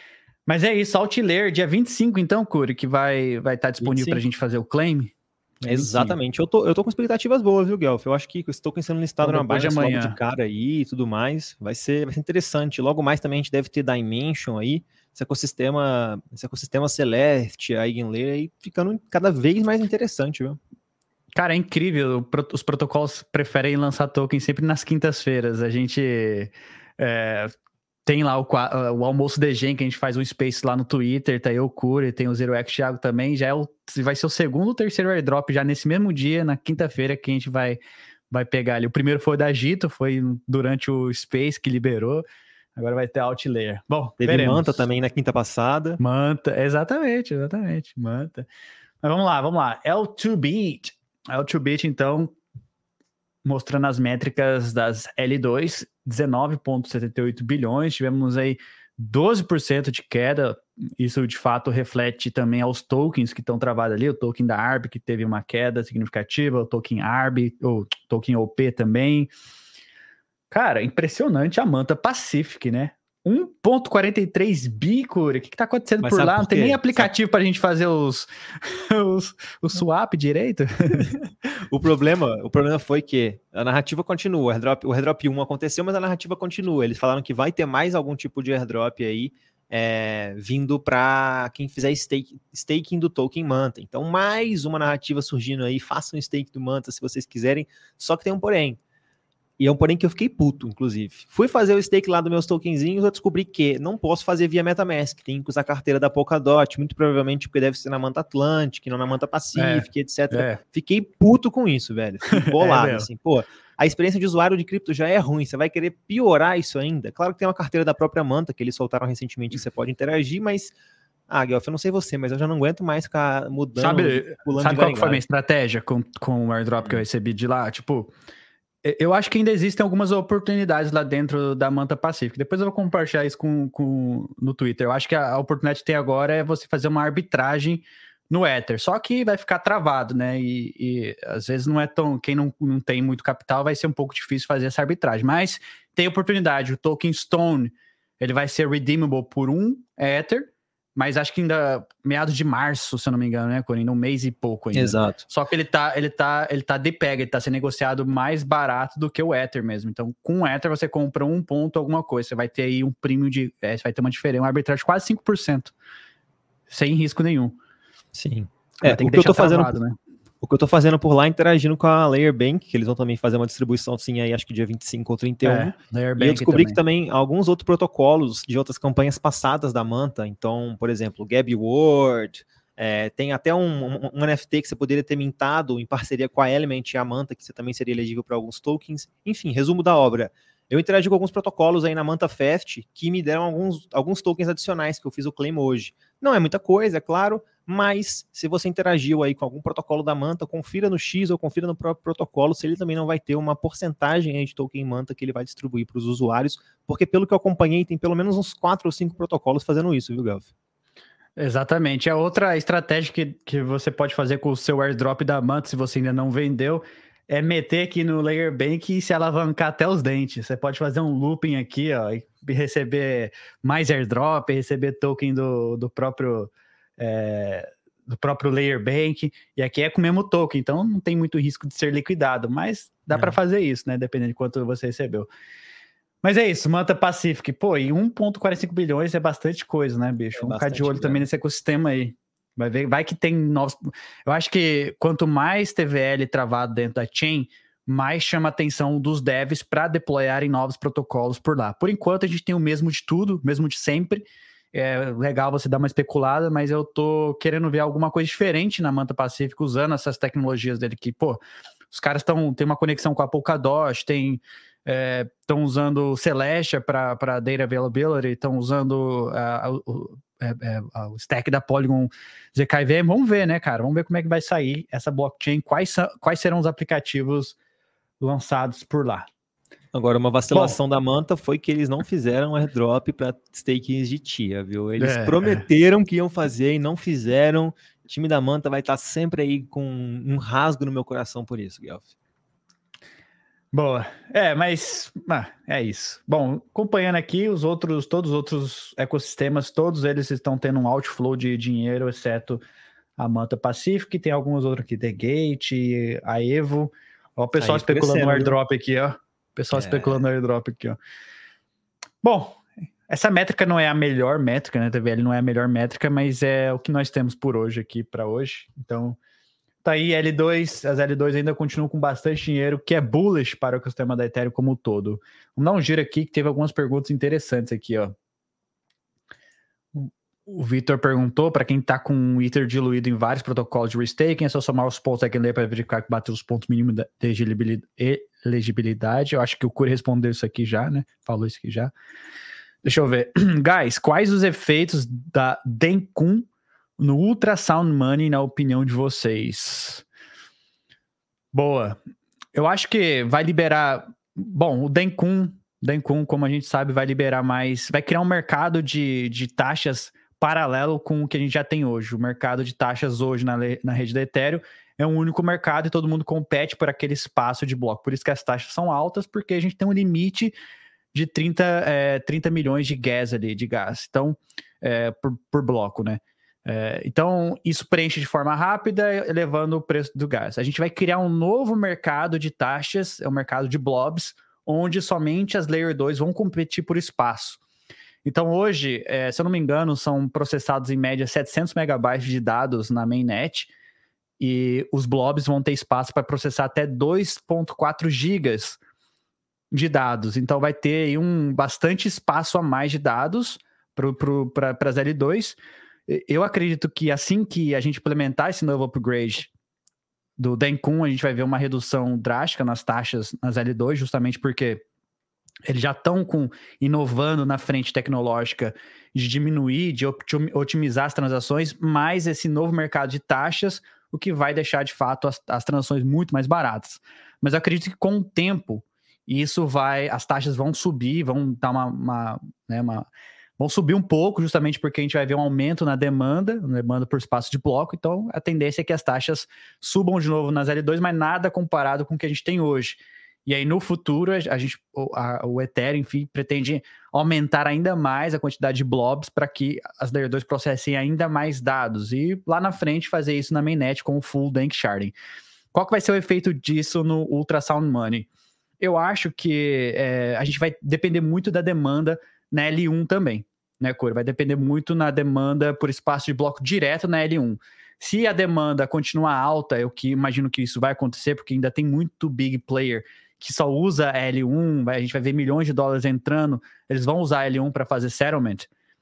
Mas é isso, Outlayer, dia 25 então, Curi, que vai estar disponível pra gente fazer o claim. Exatamente. Eu tô com expectativas boas, viu, Guelph? Eu acho que estou sendo listado então, na Binance de logo de cara aí e tudo mais. Vai ser interessante. Logo mais também a gente deve ter Dimension aí, esse ecossistema Celeste, a Eigenlayer aí ficando cada vez mais interessante, viu? Cara, é incrível. Os protocolos preferem lançar token sempre nas quintas-feiras. A gente tem lá o almoço de Gen, que a gente faz um space lá no Twitter, tá aí o Curi, tem o ZeroX Thiago também. Vai ser o segundo ou terceiro airdrop já nesse mesmo dia, na quinta-feira, que a gente vai pegar ali. O primeiro foi o da Gito, foi durante o space que liberou. Agora vai ter Outlayer. Bom, teve veremos. Manta também na quinta passada. Manta, exatamente. Manta. Mas vamos lá. L2Bit, então, mostrando as métricas das L2, 19,78 bilhões, tivemos aí 12% de queda, isso de fato reflete também aos tokens que estão travados ali, o token da ARB que teve uma queda significativa, o token ARB, o token OP também. Cara, impressionante a Manta Pacific, né? 1,43 bi, Curi. O que tá acontecendo por lá? Não tem nem aplicativo pra gente fazer o swap direito. O problema foi que a narrativa continua. O airdrop 1 aconteceu, mas a narrativa continua. Eles falaram que vai ter mais algum tipo de airdrop aí vindo para quem fizer staking do token Manta. Então, mais uma narrativa surgindo aí. Façam stake do Manta se vocês quiserem. Só que tem um porém. E é um porém que eu fiquei puto, inclusive. Fui fazer o stake lá dos meus tokenzinhos, eu descobri que não posso fazer via MetaMask. Tem que usar a carteira da Polkadot, muito provavelmente porque deve ser na Manta Atlantic, não na Manta Pacific, etc. Fiquei puto com isso, velho. Fiquei bolado, assim. Pô, a experiência de usuário de cripto já é ruim, você vai querer piorar isso ainda? Claro que tem uma carteira da própria Manta, que eles soltaram recentemente, que você pode interagir, mas... Guelph, eu não sei você, mas eu já não aguento mais ficar mudando, sabe qual que foi a minha estratégia com o airdrop que eu recebi de lá? Tipo... Eu acho que ainda existem algumas oportunidades lá dentro da Manta Pacific. Depois eu vou compartilhar isso no Twitter. Eu acho que a oportunidade que tem agora é você fazer uma arbitragem no Ether. Só que vai ficar travado, né? E às vezes não é tão... Quem não tem muito capital vai ser um pouco difícil fazer essa arbitragem. Mas tem oportunidade. O token Stone, ele vai ser redeemable por 1 Ether. Mas acho que ainda meados de março, se eu não me engano, né, Corinho? Um mês e pouco ainda. Exato. Só que ele tá de pega, ele tá sendo negociado mais barato do que o Ether mesmo. Então, com o Ether você compra 1 ponto alguma coisa. Você vai ter aí um prêmio de... você vai ter uma diferença, uma arbitragem de quase 5%. Sem risco nenhum. Sim. Tem que deixar travado, né? O que eu tô fazendo por lá, interagindo com a Layer Bank, que eles vão também fazer uma distribuição sim aí, acho que dia 25 ou 31. Layer Bank e eu descobri que também alguns outros protocolos de outras campanhas passadas da Manta, então, por exemplo, o Gabby Ward, tem até um NFT que você poderia ter mintado em parceria com a Element e a Manta, que você também seria elegível para alguns tokens. Enfim, resumo da obra. Eu interagi com alguns protocolos aí na Manta Fest que me deram alguns tokens adicionais que eu fiz o claim hoje. Não é muita coisa, é claro, mas se você interagiu aí com algum protocolo da Manta, confira no X ou confira no próprio protocolo se ele também não vai ter uma porcentagem aí de token Manta que ele vai distribuir para os usuários, porque pelo que eu acompanhei, tem pelo menos uns 4 ou 5 protocolos fazendo isso, viu, Guelph? Exatamente. É outra estratégia que você pode fazer com o seu airdrop da Manta, se você ainda não vendeu, é meter aqui no Layer Bank e se alavancar até os dentes. Você pode fazer um looping aqui, ó, e receber mais airdrop, receber token do próprio Layer Bank, e aqui é com o mesmo token, então não tem muito risco de ser liquidado, mas dá para fazer isso, né, dependendo de quanto você recebeu. Mas é isso, Manta Pacific, pô, e 1,45 bilhões é bastante coisa, né, bicho? Vamos ficar de olho também nesse ecossistema aí. Vai que tem novos... Eu acho que quanto mais TVL travado dentro da chain, mais chama a atenção dos devs para deployarem novos protocolos por lá. Por enquanto, a gente tem o mesmo de tudo, mesmo de sempre. É legal você dar uma especulada, mas eu tô querendo ver alguma coisa diferente na Manta Pacific usando essas tecnologias dele que, pô, os caras têm uma conexão com a Polkadot, estão usando o Celestia para data availability, estão usando o stack da Polygon ZKVM. Vamos ver, né, cara? Vamos ver como é que vai sair essa blockchain, quais serão os aplicativos lançados por lá. Agora, uma vacilação da Manta foi que eles não fizeram airdrop para stakings de TIA, viu? Eles prometeram que iam fazer e não fizeram. O time da Manta vai estar sempre aí com um rasgo no meu coração por isso, Guelph. Boa. Mas é isso. Bom, acompanhando aqui todos os outros ecossistemas, todos eles estão tendo um outflow de dinheiro, exceto a Manta Pacific, tem alguns outros aqui, The Gate, a Evo. Ó, o pessoal especulando no airdrop aqui, ó. Especulando no airdrop aqui, ó. Bom, essa métrica não é a melhor métrica, né? TVL não é a melhor métrica, mas é o que nós temos por hoje aqui para hoje. Então, tá aí L2, as L2 ainda continuam com bastante dinheiro, que é bullish para o ecossistema da Ethereum como um todo. Vamos dar um giro aqui, que teve algumas perguntas interessantes aqui, ó. O Vitor perguntou, para quem está com um Ether diluído em vários protocolos de restaking, é só somar os pontos Eigenlayer para verificar que bateu os pontos mínimos de elegibilidade. Eu acho que o Curi respondeu isso aqui já, né? Falou isso aqui já. Deixa eu ver. Guys, quais os efeitos da Dencun no Ultrasound Money, na opinião de vocês? Boa. Eu acho que vai liberar... Bom, o Dencun, como a gente sabe, vai liberar mais... Vai criar um mercado de taxas paralelo com o que a gente já tem hoje. O mercado de taxas hoje na rede da Ethereum é um único mercado e todo mundo compete por aquele espaço de bloco. Por isso que as taxas são altas, porque a gente tem um limite de 30 milhões de gas ali, de gás. Então, por bloco, né? Então, isso preenche de forma rápida, elevando o preço do gás. A gente vai criar um novo mercado de taxas, é o mercado de blobs, onde somente as Layer 2 vão competir por espaço. Então, hoje, se eu não me engano, são processados em média 700 megabytes de dados na mainnet, e os blobs vão ter espaço para processar até 2,4 gigas de dados. Então, vai ter aí bastante espaço a mais de dados para as L2. Eu acredito que assim que a gente implementar esse novo upgrade do Dencun, a gente vai ver uma redução drástica nas taxas nas L2, justamente porque eles já estão inovando na frente tecnológica de diminuir, de otimizar as transações, mas esse novo mercado de taxas, o que vai deixar de fato as transações muito mais baratas. Mas eu acredito que com o tempo, as taxas vão subir, vão dar vão subir um pouco, justamente porque a gente vai ver um aumento na demanda por espaço de bloco. Então, a tendência é que as taxas subam de novo nas L2, mas nada comparado com o que a gente tem hoje. E aí, no futuro, o Ethereum, enfim, pretende aumentar ainda mais a quantidade de blobs para que as Layer 2 processem ainda mais dados. E lá na frente, fazer isso na mainnet com o Full Dank Sharding. Qual que vai ser o efeito disso no Ultrasound Money? Eu acho que a gente vai depender muito da demanda na L1 também, né, Cor? Vai depender muito na demanda por espaço de bloco direto na L1. Se a demanda continuar alta, eu imagino que isso vai acontecer, porque ainda tem muito big player que só usa a L1, a gente vai ver milhões de dólares entrando, eles vão usar a L1 para fazer settlement.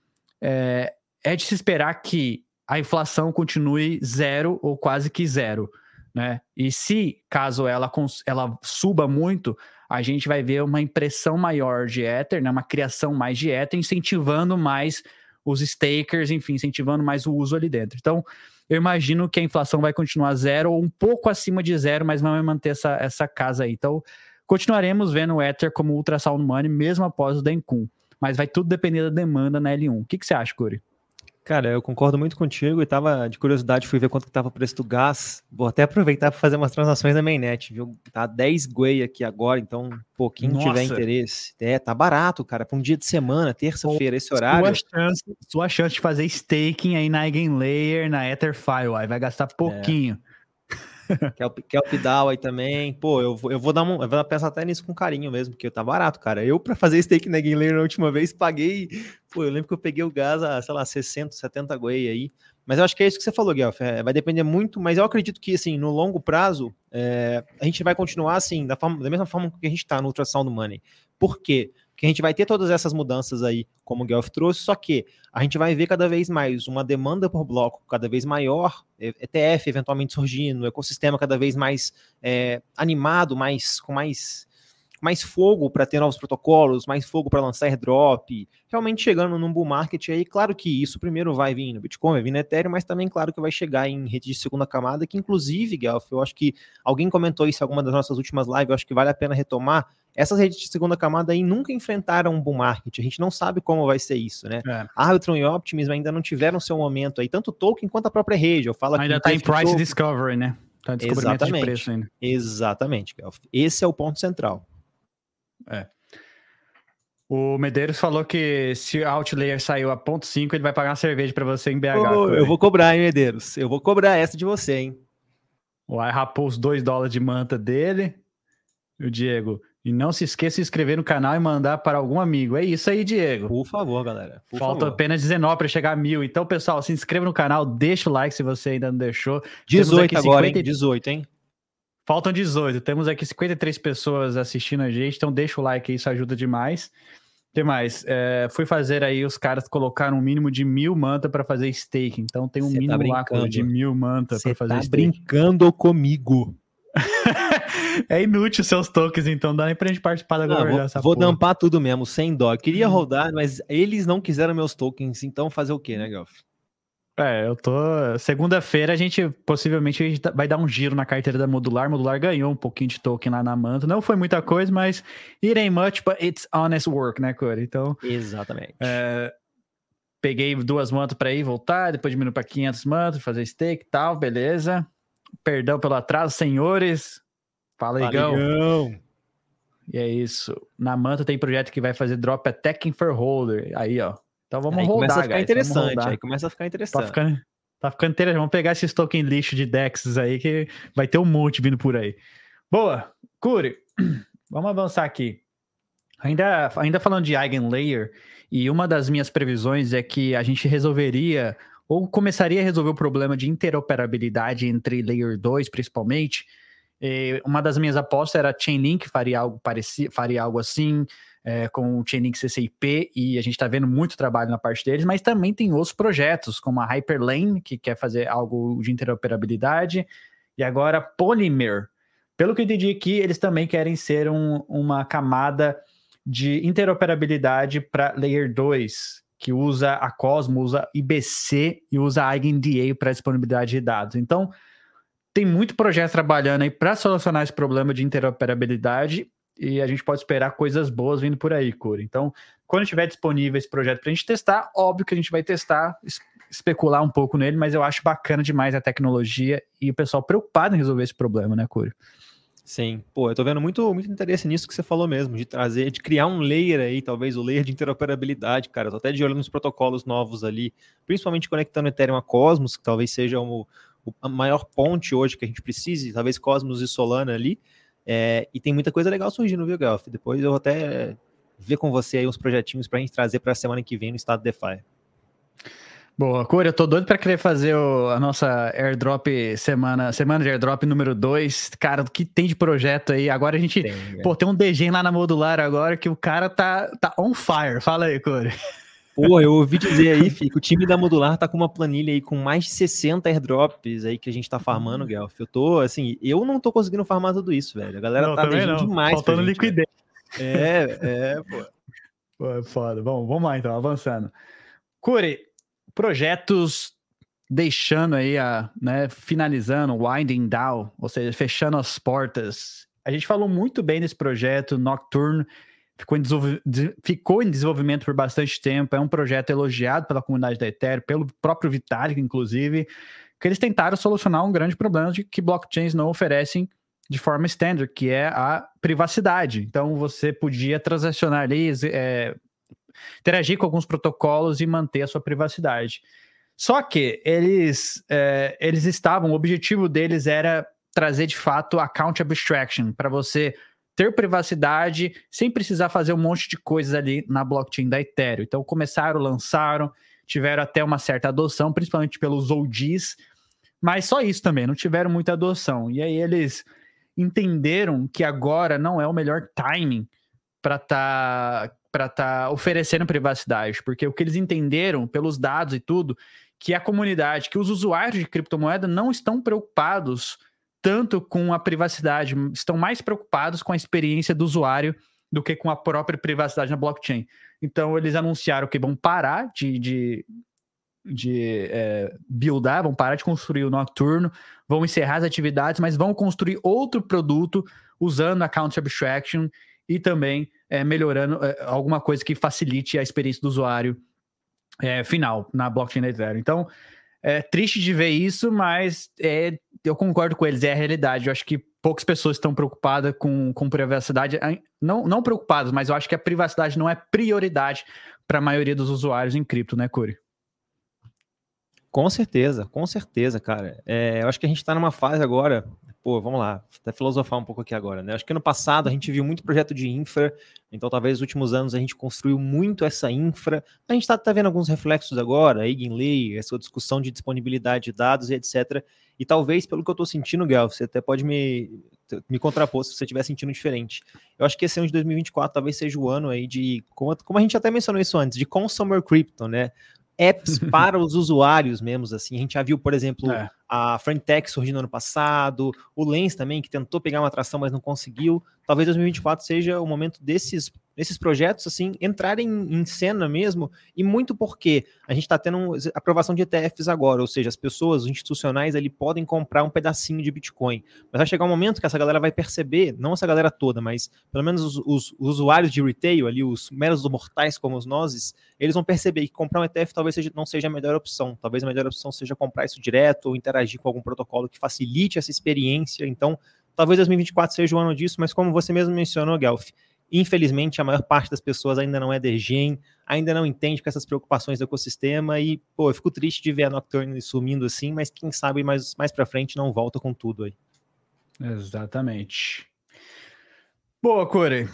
É de se esperar que a inflação continue zero ou quase que zero, né? E se, caso ela suba muito, a gente vai ver uma impressão maior de Ether, né? Uma criação mais de Ether, incentivando mais os stakers, enfim, incentivando mais o uso ali dentro. Então, eu imagino que a inflação vai continuar zero ou um pouco acima de zero, mas vai manter essa casa aí. Então, continuaremos vendo o Ether como Ultrasound Money, mesmo após o Dencun. Mas vai tudo depender da demanda na L1. O que você acha, Curi? Cara, eu concordo muito contigo e tava de curiosidade, fui ver quanto que tava o preço do gás. Vou até aproveitar para fazer umas transações na mainnet, viu? Tá 10 Gwei aqui agora, então, quem tiver interesse. Tá barato, cara, para um dia de semana, terça-feira, esse horário. Sua chance de fazer staking aí na Eigenlayer, na Etherfile, aí vai gastar pouquinho. Kelpdao aí também. Pô, eu vou pensar até nisso com carinho mesmo, porque tá barato, cara. Eu, pra fazer stake na Eigenlayer na última vez, paguei... Pô, eu lembro que eu peguei o gás a, sei lá, 60, 70 Gwei aí. Mas eu acho que é isso que você falou, Guelph. Vai depender muito, mas eu acredito que, assim, no longo prazo, a gente vai continuar, assim, da mesma forma que a gente tá no Ultrasound Money. Por quê? Porque a gente vai ter todas essas mudanças aí, como o Guelph trouxe, só que a gente vai ver cada vez mais uma demanda por bloco cada vez maior, ETF eventualmente surgindo, ecossistema cada vez mais animado, com mais fogo para ter novos protocolos, mais fogo para lançar airdrop, realmente chegando num bull market aí. Claro que isso primeiro vai vir no Bitcoin, vai vir no Ethereum, mas também claro que vai chegar em rede de segunda camada, que inclusive, Guelph, eu acho que alguém comentou isso em alguma das nossas últimas lives, eu acho que vale a pena retomar. Essas redes de segunda camada aí nunca enfrentaram um bull market, a gente não sabe como vai ser isso, né? Arbitrum e Optimism ainda não tiveram seu momento aí, tanto o token quanto a própria rede. Eu falo ainda está em price discovery, né? Então, descobrimento de preço ainda. Exatamente, Guelph. Esse é o ponto central. O Medeiros falou que se o Outlier saiu a 0,5, ele vai pagar uma cerveja para você em BH. Eu vou cobrar, hein, Medeiros? Eu vou cobrar essa de você, hein? O Ai rapou os $2 de manta dele. O Diego. E não se esqueça de se inscrever no canal e mandar para algum amigo. É isso aí, Diego. Por favor, galera. Falta apenas 19 para chegar a 1.000. Então, pessoal, se inscreva no canal, deixa o like se você ainda não deixou. 18 agora, 18, hein? Faltam 18. Temos aqui 53 pessoas assistindo a gente, então deixa o like aí, isso ajuda demais. O que mais? Fui fazer aí, os caras colocaram um mínimo de 1.000 manta para fazer stake. Então tem um mínimo lá de 1.000 manta para fazer stake. Você tá brincando comigo. É inútil seus tokens, então não dá nem pra gente participar da governança. Vou dumpar tudo mesmo, sem dó. Queria rodar, mas eles não quiseram meus tokens, então fazer o quê, né, Guelph? Eu tô... Segunda-feira a gente possivelmente vai dar um giro na carteira da Modular. Modular ganhou um pouquinho de token lá na manta. Não foi muita coisa, mas it ain't much, but it's honest work, né, Corey? Então... Exatamente. Peguei 2 mantas pra ir voltar, depois diminuí pra 500 mantas, fazer stake e tal, beleza. Perdão pelo atraso, senhores. Fala, Igão. E é isso. Na manta tem projeto que vai fazer drop até Kinfer Holder. Aí, ó. Então vamos rodar, começa a ficar guys. interessante. Aí começa a ficar interessante. Tá ficando interessante. Vamos pegar esses token lixo de DEX aí, que vai ter um monte vindo por aí. Boa. Curi, vamos avançar aqui. Ainda falando de Eigenlayer, e uma das minhas previsões é que a gente resolveria, ou começaria a resolver o problema de interoperabilidade entre Layer 2, principalmente. Uma das minhas apostas era a Chainlink faria algo parecido, faria algo assim, com o Chainlink CCIP, e a gente está vendo muito trabalho na parte deles, mas também tem outros projetos, como a Hyperlane, que quer fazer algo de interoperabilidade, e agora Polymer. Pelo que eu entendi aqui, eles também querem ser uma camada de interoperabilidade para Layer 2, que usa a Cosmos, usa IBC e usa a EigenDA para disponibilidade de dados. Então, tem muito projeto trabalhando aí para solucionar esse problema de interoperabilidade e a gente pode esperar coisas boas vindo por aí, Curi. Então, quando estiver disponível esse projeto para a gente testar, óbvio que a gente vai testar, especular um pouco nele, mas eu acho bacana demais a tecnologia e o pessoal preocupado em resolver esse problema, né, Curi? Sim, eu tô vendo muito interesse nisso que você falou mesmo, de criar um layer aí, talvez o layer de interoperabilidade, cara. Eu tô até de olho nos protocolos novos ali, principalmente conectando Ethereum a Cosmos, que talvez seja a maior ponte hoje que a gente precise, talvez Cosmos e Solana ali, e tem muita coisa legal surgindo, viu, Guelph? Depois eu vou até ver com você aí uns projetinhos pra gente trazer pra semana que vem no estado DeFi. Boa, Cura, eu tô doido pra querer fazer a nossa airdrop semana de airdrop número 2. Cara, o que tem de projeto aí? Agora a gente, tem um DG lá na Modular agora que o cara tá on fire. Fala aí, Cura. Eu ouvi dizer aí, que o time da Modular tá com uma planilha aí com mais de 60 airdrops aí que a gente tá farmando, Guelph. Eu não tô conseguindo farmar tudo isso, velho. A galera tá deixando demais. Faltando liquidez. Pô. Pô, é foda. Bom, vamos lá então, avançando. Curi, projetos deixando aí, finalizando, winding down, ou seja, fechando as portas. A gente falou muito bem desse projeto, Nocturne, ficou em desenvolvimento por bastante tempo, é um projeto elogiado pela comunidade da Ethereum, pelo próprio Vitalik, inclusive, que eles tentaram solucionar um grande problema de que blockchains não oferecem de forma standard, que é a privacidade. Então, você podia transacionar ali, interagir com alguns protocolos e manter a sua privacidade. Só que eles estavam, o objetivo deles era trazer de fato account abstraction, para você ter privacidade sem precisar fazer um monte de coisas ali na blockchain da Ethereum. Então lançaram, tiveram até uma certa adoção, principalmente pelos OGs, mas só isso também, não tiveram muita adoção. E aí eles entenderam que agora não é o melhor timing para tá oferecendo privacidade, porque o que eles entenderam pelos dados e tudo, que a comunidade, que os usuários de criptomoeda não estão preocupados tanto com a privacidade, estão mais preocupados com a experiência do usuário do que com a própria privacidade na blockchain. Então eles anunciaram que vão parar de buildar, vão parar de construir o Nocturno, vão encerrar as atividades, mas vão construir outro produto usando account abstraction e também melhorando alguma coisa que facilite a experiência do usuário final na blockchain da Ethereum. Então, é triste de ver isso, mas eu concordo com eles, é a realidade. Eu acho que poucas pessoas estão preocupadas com privacidade. Não preocupadas, mas eu acho que a privacidade não é prioridade para a maioria dos usuários em cripto, né, Corey? Com certeza, cara. Eu acho que a gente está numa fase agora, vamos lá, até filosofar um pouco aqui agora, né? Acho que no passado a gente viu muito projeto de infra, então talvez nos últimos anos a gente construiu muito essa infra. A gente está vendo alguns reflexos agora, Eigenlayer, essa discussão de disponibilidade de dados e etc. E talvez, pelo que eu estou sentindo, Gal, você até pode me contrapor se você estiver sentindo diferente. Eu acho que esse ano de 2024 talvez seja o ano aí de, como a gente até mencionou isso antes, de consumer crypto, né? Apps para os usuários mesmo, assim. A gente já viu, por exemplo, a Friendtech surgindo ano passado, o Lens também, que tentou pegar uma atração, mas não conseguiu. Talvez 2024 seja o momento desses projetos, assim, entrarem em cena mesmo, e muito porque a gente está tendo aprovação de ETFs agora, ou seja, as pessoas, os institucionais, ali podem comprar um pedacinho de Bitcoin. Mas vai chegar um momento que essa galera vai perceber, não essa galera toda, mas pelo menos os usuários de retail, ali, os meros mortais como nós, eles vão perceber que comprar um ETF talvez não seja a melhor opção. Talvez a melhor opção seja comprar isso direto ou interagir com algum protocolo que facilite essa experiência. Então, talvez 2024 seja o ano disso, mas como você mesmo mencionou, Guelph, infelizmente a maior parte das pessoas ainda não é degen, ainda não entende com essas preocupações do ecossistema e, eu fico triste de ver a Nocturne sumindo assim, mas quem sabe mais pra frente não volta com tudo aí. Exatamente. Boa, Corey.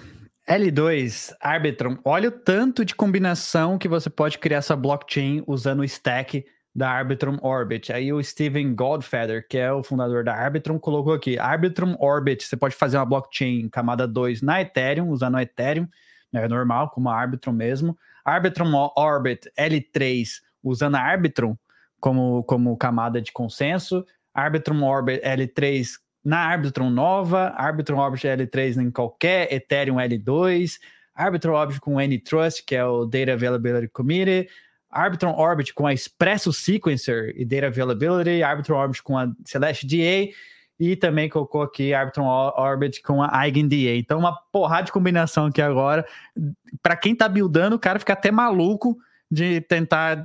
L2, Arbitrum, olha o tanto de combinação que você pode criar essa blockchain usando o stack da Arbitrum Orbit. Aí o Steven Goldfeder, que é o fundador da Arbitrum, colocou aqui, Arbitrum Orbit, você pode fazer uma blockchain camada 2 na Ethereum, usando a Ethereum, né, normal, como a Arbitrum mesmo. Arbitrum Orbit L3, usando a Arbitrum como camada de consenso. Arbitrum Orbit L3 na Arbitrum nova, Arbitrum Orbit L3 em qualquer Ethereum L2, Arbitrum Orbit com N-Trust, que é o Data Availability Committee, Arbitrum Orbit com a Espresso Sequencer e Data Availability, Arbitrum Orbit com a Celeste DA, e também colocou aqui Arbitrum Orbit com a EigenDA. Então, uma porrada de combinação aqui agora. Para quem tá buildando, o cara fica até maluco de tentar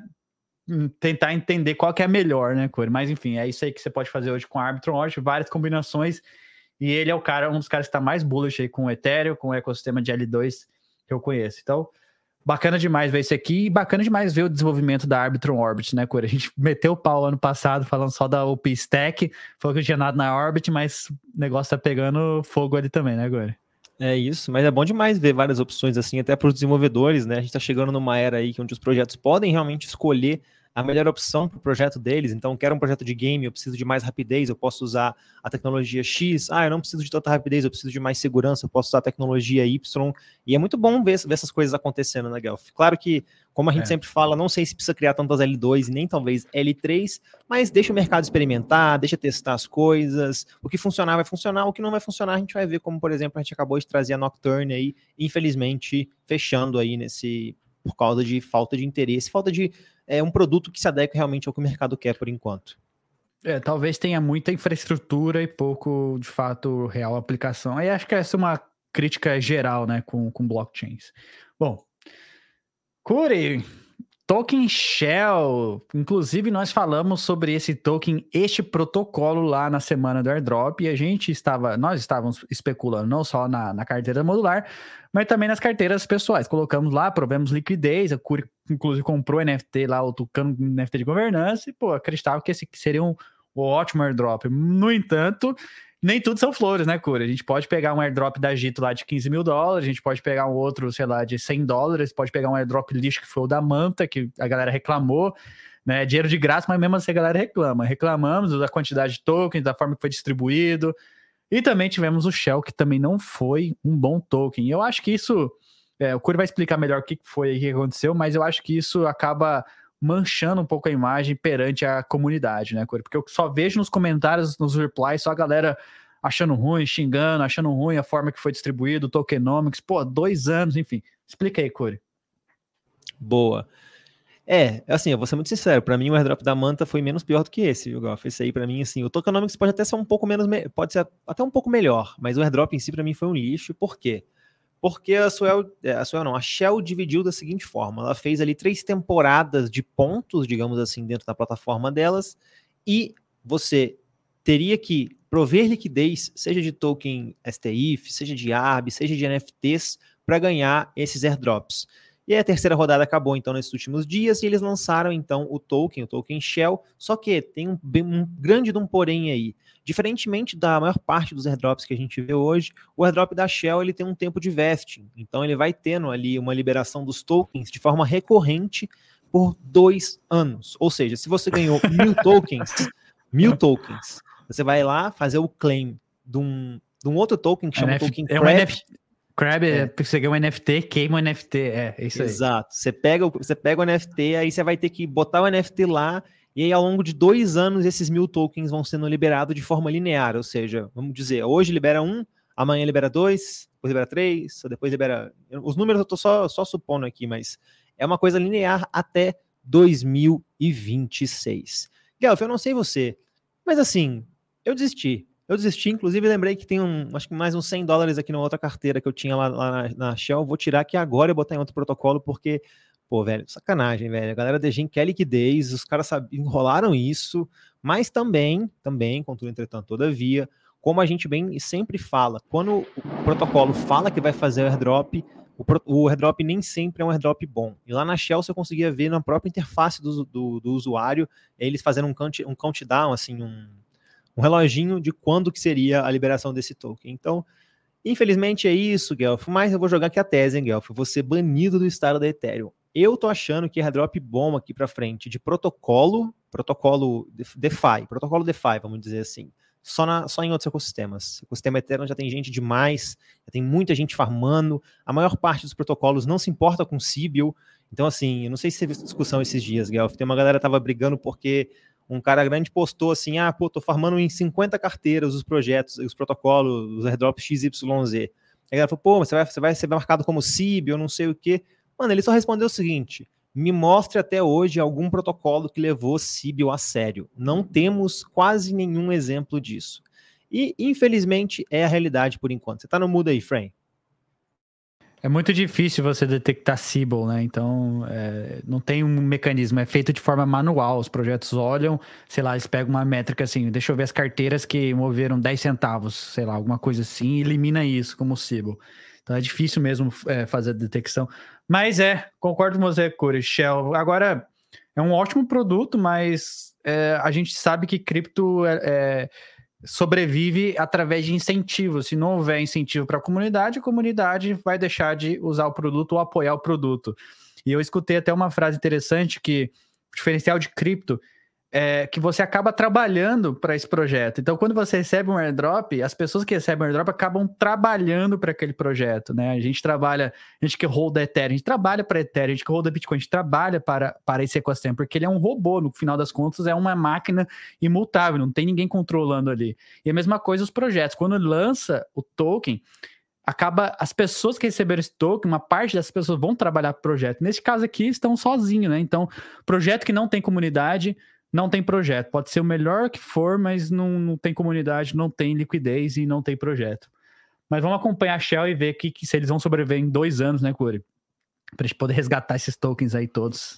entender qual que é a melhor, né, Corey? Mas enfim, é isso aí que você pode fazer hoje com a Arbitrum Orbit, várias combinações, e ele é um dos caras que está mais bullish aí com o Ethereum, com o ecossistema de L2 que eu conheço. Então, bacana demais ver isso aqui, e bacana demais ver o desenvolvimento da Arbitrum Orbit, né, Corey? A gente meteu o pau ano passado falando só da OP Stack, falou que não tinha nada na Orbit, mas o negócio tá pegando fogo ali também, né, Corey? É isso, mas é bom demais ver várias opções assim, até para os desenvolvedores, né? A gente está chegando numa era aí onde os projetos podem realmente escolher a melhor opção para o projeto deles. Então, quero um projeto de game, eu preciso de mais rapidez, eu posso usar a tecnologia X. Eu não preciso de tanta rapidez, eu preciso de mais segurança, eu posso usar a tecnologia Y. E é muito bom ver essas coisas acontecendo, né, Guelph? Claro que, como a gente sempre fala, não sei se precisa criar tantas L2 e nem talvez L3, mas deixa o mercado experimentar, deixa testar as coisas. O que funcionar vai funcionar, o que não vai funcionar a gente vai ver, como, por exemplo, a gente acabou de trazer a Nocturne aí, infelizmente, fechando aí por causa de falta de interesse, falta de um produto que se adequa realmente ao que o mercado quer por enquanto. Talvez tenha muita infraestrutura e pouco, de fato, real aplicação. Aí acho que essa é uma crítica geral, né, com blockchains. Bom, Corey, Token Shell, inclusive nós falamos sobre esse token, este protocolo lá na semana do airdrop, e nós estávamos especulando não só na carteira modular, mas também nas carteiras pessoais. Colocamos lá, provemos liquidez, a Curi inclusive comprou NFT lá, o Tucano NFT de governança, e acreditava que esse seria um ótimo airdrop. No entanto, nem tudo são flores, né, Curi? A gente pode pegar um airdrop da Gito lá de $15 mil, a gente pode pegar um outro, sei lá, de $100, pode pegar um airdrop lixo que foi o da Manta, que a galera reclamou, né? Dinheiro de graça, mas mesmo assim a galera reclama. Reclamamos da quantidade de tokens, da forma que foi distribuído. E também tivemos o Shell, que também não foi um bom token. E eu acho que isso... o Curi vai explicar melhor o que foi aí que aconteceu, mas eu acho que isso acaba manchando um pouco a imagem perante a comunidade, né, Curi? Porque eu só vejo nos comentários, nos replies, só a galera achando ruim, xingando, achando ruim a forma que foi distribuído, o tokenomics, 2 anos, enfim. Explica aí, Curi. Boa. Assim, eu vou ser muito sincero, pra mim o airdrop da Manta foi menos pior do que esse, viu, Goff? Esse aí pra mim, assim, o tokenomics pode até ser um pouco menos, pode ser até um pouco melhor, mas o airdrop em si pra mim foi um lixo. Por quê? Porque a Shell dividiu da seguinte forma, ela fez ali 3 temporadas de pontos, digamos assim, dentro da plataforma delas, e você teria que prover liquidez, seja de token STIF, seja de ARB, seja de NFTs, para ganhar esses airdrops. E aí a terceira rodada acabou, então, nesses últimos dias, e eles lançaram, então, o token Shell, só que tem um grande porém aí. Diferentemente da maior parte dos airdrops que a gente vê hoje, o airdrop da Shell ele tem um tempo de vesting, então ele vai tendo ali uma liberação dos tokens de forma recorrente por 2 anos. Ou seja, se você ganhou 1.000 tokens, você vai lá fazer o claim de um outro token que chama token Crab. Crab, você ganha um NFT, queima o NFT, isso aí. Exato. Você pega o NFT, aí você vai ter que botar o NFT lá, e aí ao longo de 2 anos esses 1.000 tokens vão sendo liberados de forma linear, ou seja, vamos dizer, hoje libera 1, amanhã libera 2, depois libera 3, depois libera... Os números eu tô só supondo aqui, mas é uma coisa linear até 2026. Guelph, eu não sei você, mas assim, eu desisti, inclusive lembrei que tem acho que mais uns $100 aqui na outra carteira que eu tinha lá na Shell, vou tirar aqui agora e botar em outro protocolo, porque, pô, velho, sacanagem, velho, a galera da Gen quer liquidez, os caras enrolaram isso, mas também, contudo, entretanto, todavia, como a gente bem sempre fala, quando o protocolo fala que vai fazer o airdrop, o airdrop nem sempre é um airdrop bom. E lá na Shell você conseguia ver na própria interface do usuário, eles fazendo um countdown, assim, um reloginho de quando que seria a liberação desse token. Então, infelizmente é isso, Guelph, mas eu vou jogar aqui a tese, hein, Guelph, eu vou ser banido do estado da Ethereum. Eu tô achando que airdrop bom aqui para frente de protocolo DeFi, vamos dizer assim, só em outros ecossistemas. O ecossistema Ethereum já tem gente demais, já tem muita gente farmando, a maior parte dos protocolos não se importa com Sybil, então assim, eu não sei se você viu essa discussão esses dias, Guelph, tem uma galera que tava brigando porque um cara grande postou assim, tô farmando em 50 carteiras os projetos, os protocolos, os airdrops XYZ. Aí ela falou, pô, você vai ser marcado como SIB, eu não sei o quê. Mano, ele só respondeu o seguinte, me mostre até hoje algum protocolo que levou SIB a sério. Não temos quase nenhum exemplo disso. E, infelizmente, é a realidade por enquanto. Você tá no mudo aí, Fran? É muito difícil você detectar Sybil, né? Então, não tem um mecanismo, é feito de forma manual. Os projetos olham, sei lá, eles pegam uma métrica assim, deixa eu ver as carteiras que moveram 10 centavos, sei lá, alguma coisa assim, e elimina isso como Sybil. Então é difícil mesmo fazer a detecção. Mas concordo com você, Corey. Shell, agora, é um ótimo produto, mas a gente sabe que cripto sobrevive através de incentivos. Se não houver incentivo para a comunidade vai deixar de usar o produto ou apoiar o produto. E eu escutei até uma frase interessante que o diferencial de cripto é que você acaba trabalhando para esse projeto. Então, quando você recebe um airdrop, as pessoas que recebem um airdrop acabam trabalhando para aquele projeto, né? A gente que holda Ethereum, a gente trabalha para Ethereum, a gente que holda Bitcoin, a gente trabalha para esse ecossistema, porque ele é um robô, no final das contas, é uma máquina imutável, não tem ninguém controlando ali. E a mesma coisa os projetos. Quando lança o token, as pessoas que receberam esse token, uma parte das pessoas vão trabalhar para o projeto. Nesse caso aqui, estão sozinhos, né? Então, projeto que não tem comunidade, não tem projeto. Pode ser o melhor que for, mas não tem comunidade, não tem liquidez e não tem projeto. Mas vamos acompanhar a Shell e ver se eles vão sobreviver em 2 anos, né, Corey? Pra gente poder resgatar esses tokens aí todos.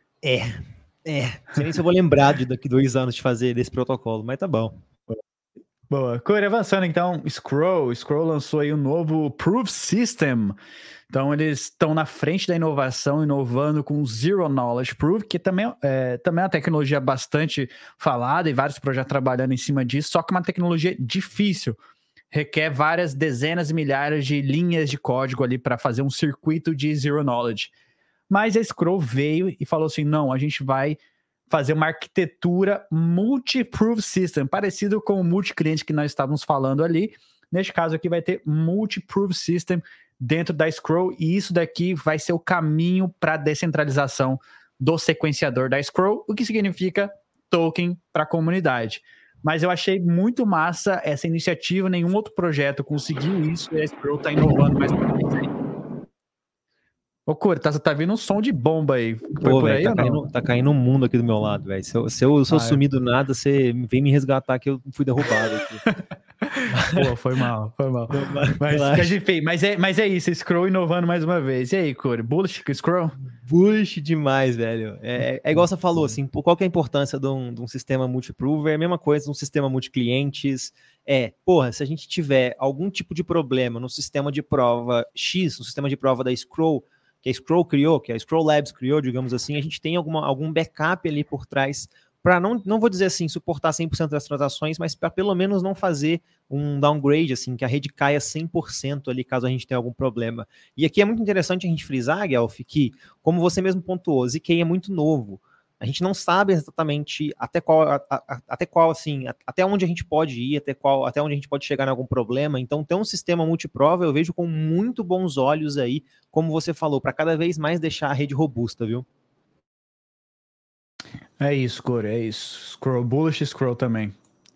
Não sei nem se eu vou lembrar de daqui 2 anos de fazer desse protocolo, mas tá bom. Boa. Corey, avançando então, Scroll lançou aí um novo Proof System. Então eles estão na frente da inovação, inovando com Zero Knowledge Proof, que também é uma tecnologia bastante falada e vários projetos trabalhando em cima disso, só que é uma tecnologia difícil. Requer várias dezenas e milhares de linhas de código ali para fazer um circuito de Zero Knowledge. Mas a Scroll veio e falou assim, não, a gente vai fazer uma arquitetura multi-proof system, parecido com o multi-cliente que nós estávamos falando ali. Neste caso aqui vai ter multi-proof system dentro da Scroll, e isso daqui vai ser o caminho para a descentralização do sequenciador da Scroll, o que significa token para a comunidade. Mas eu achei muito massa essa iniciativa, nenhum outro projeto conseguiu isso, e a Scroll está inovando mais uma vez aí. Ô, Cura, tá vindo um som de bomba aí. Foi por aí ou não? Tá caindo um mundo aqui do meu lado, velho. Se eu sumir do nada, você vem me resgatar que eu fui derrubado aqui. Pô, foi mal. Mas enfim, mas é isso, Scroll inovando mais uma vez. E aí, Cura, bullish com Scroll? Bullish demais, velho. É igual você falou, assim, qual que é a importância de um sistema multi-prover? É a mesma coisa de um sistema multi-clientes. Porra, se a gente tiver algum tipo de problema no sistema de prova X, no sistema de prova da Scroll, que a Scroll criou, que a Scroll Labs criou, digamos assim, a gente tem algum backup ali por trás para não vou dizer assim, suportar 100% das transações, mas para pelo menos não fazer um downgrade, assim, que a rede caia 100% ali, caso a gente tenha algum problema. E aqui é muito interessante a gente frisar, Guelph, que, como você mesmo pontuou, ZK é muito novo. A gente não sabe exatamente até qual, assim, até onde a gente pode ir, até onde a gente pode chegar em algum problema. Então, ter um sistema multiprova eu vejo com muito bons olhos aí, como você falou, para cada vez mais deixar a rede robusta, viu? É isso, Corey, é isso. Scroll Bullish, Scroll também.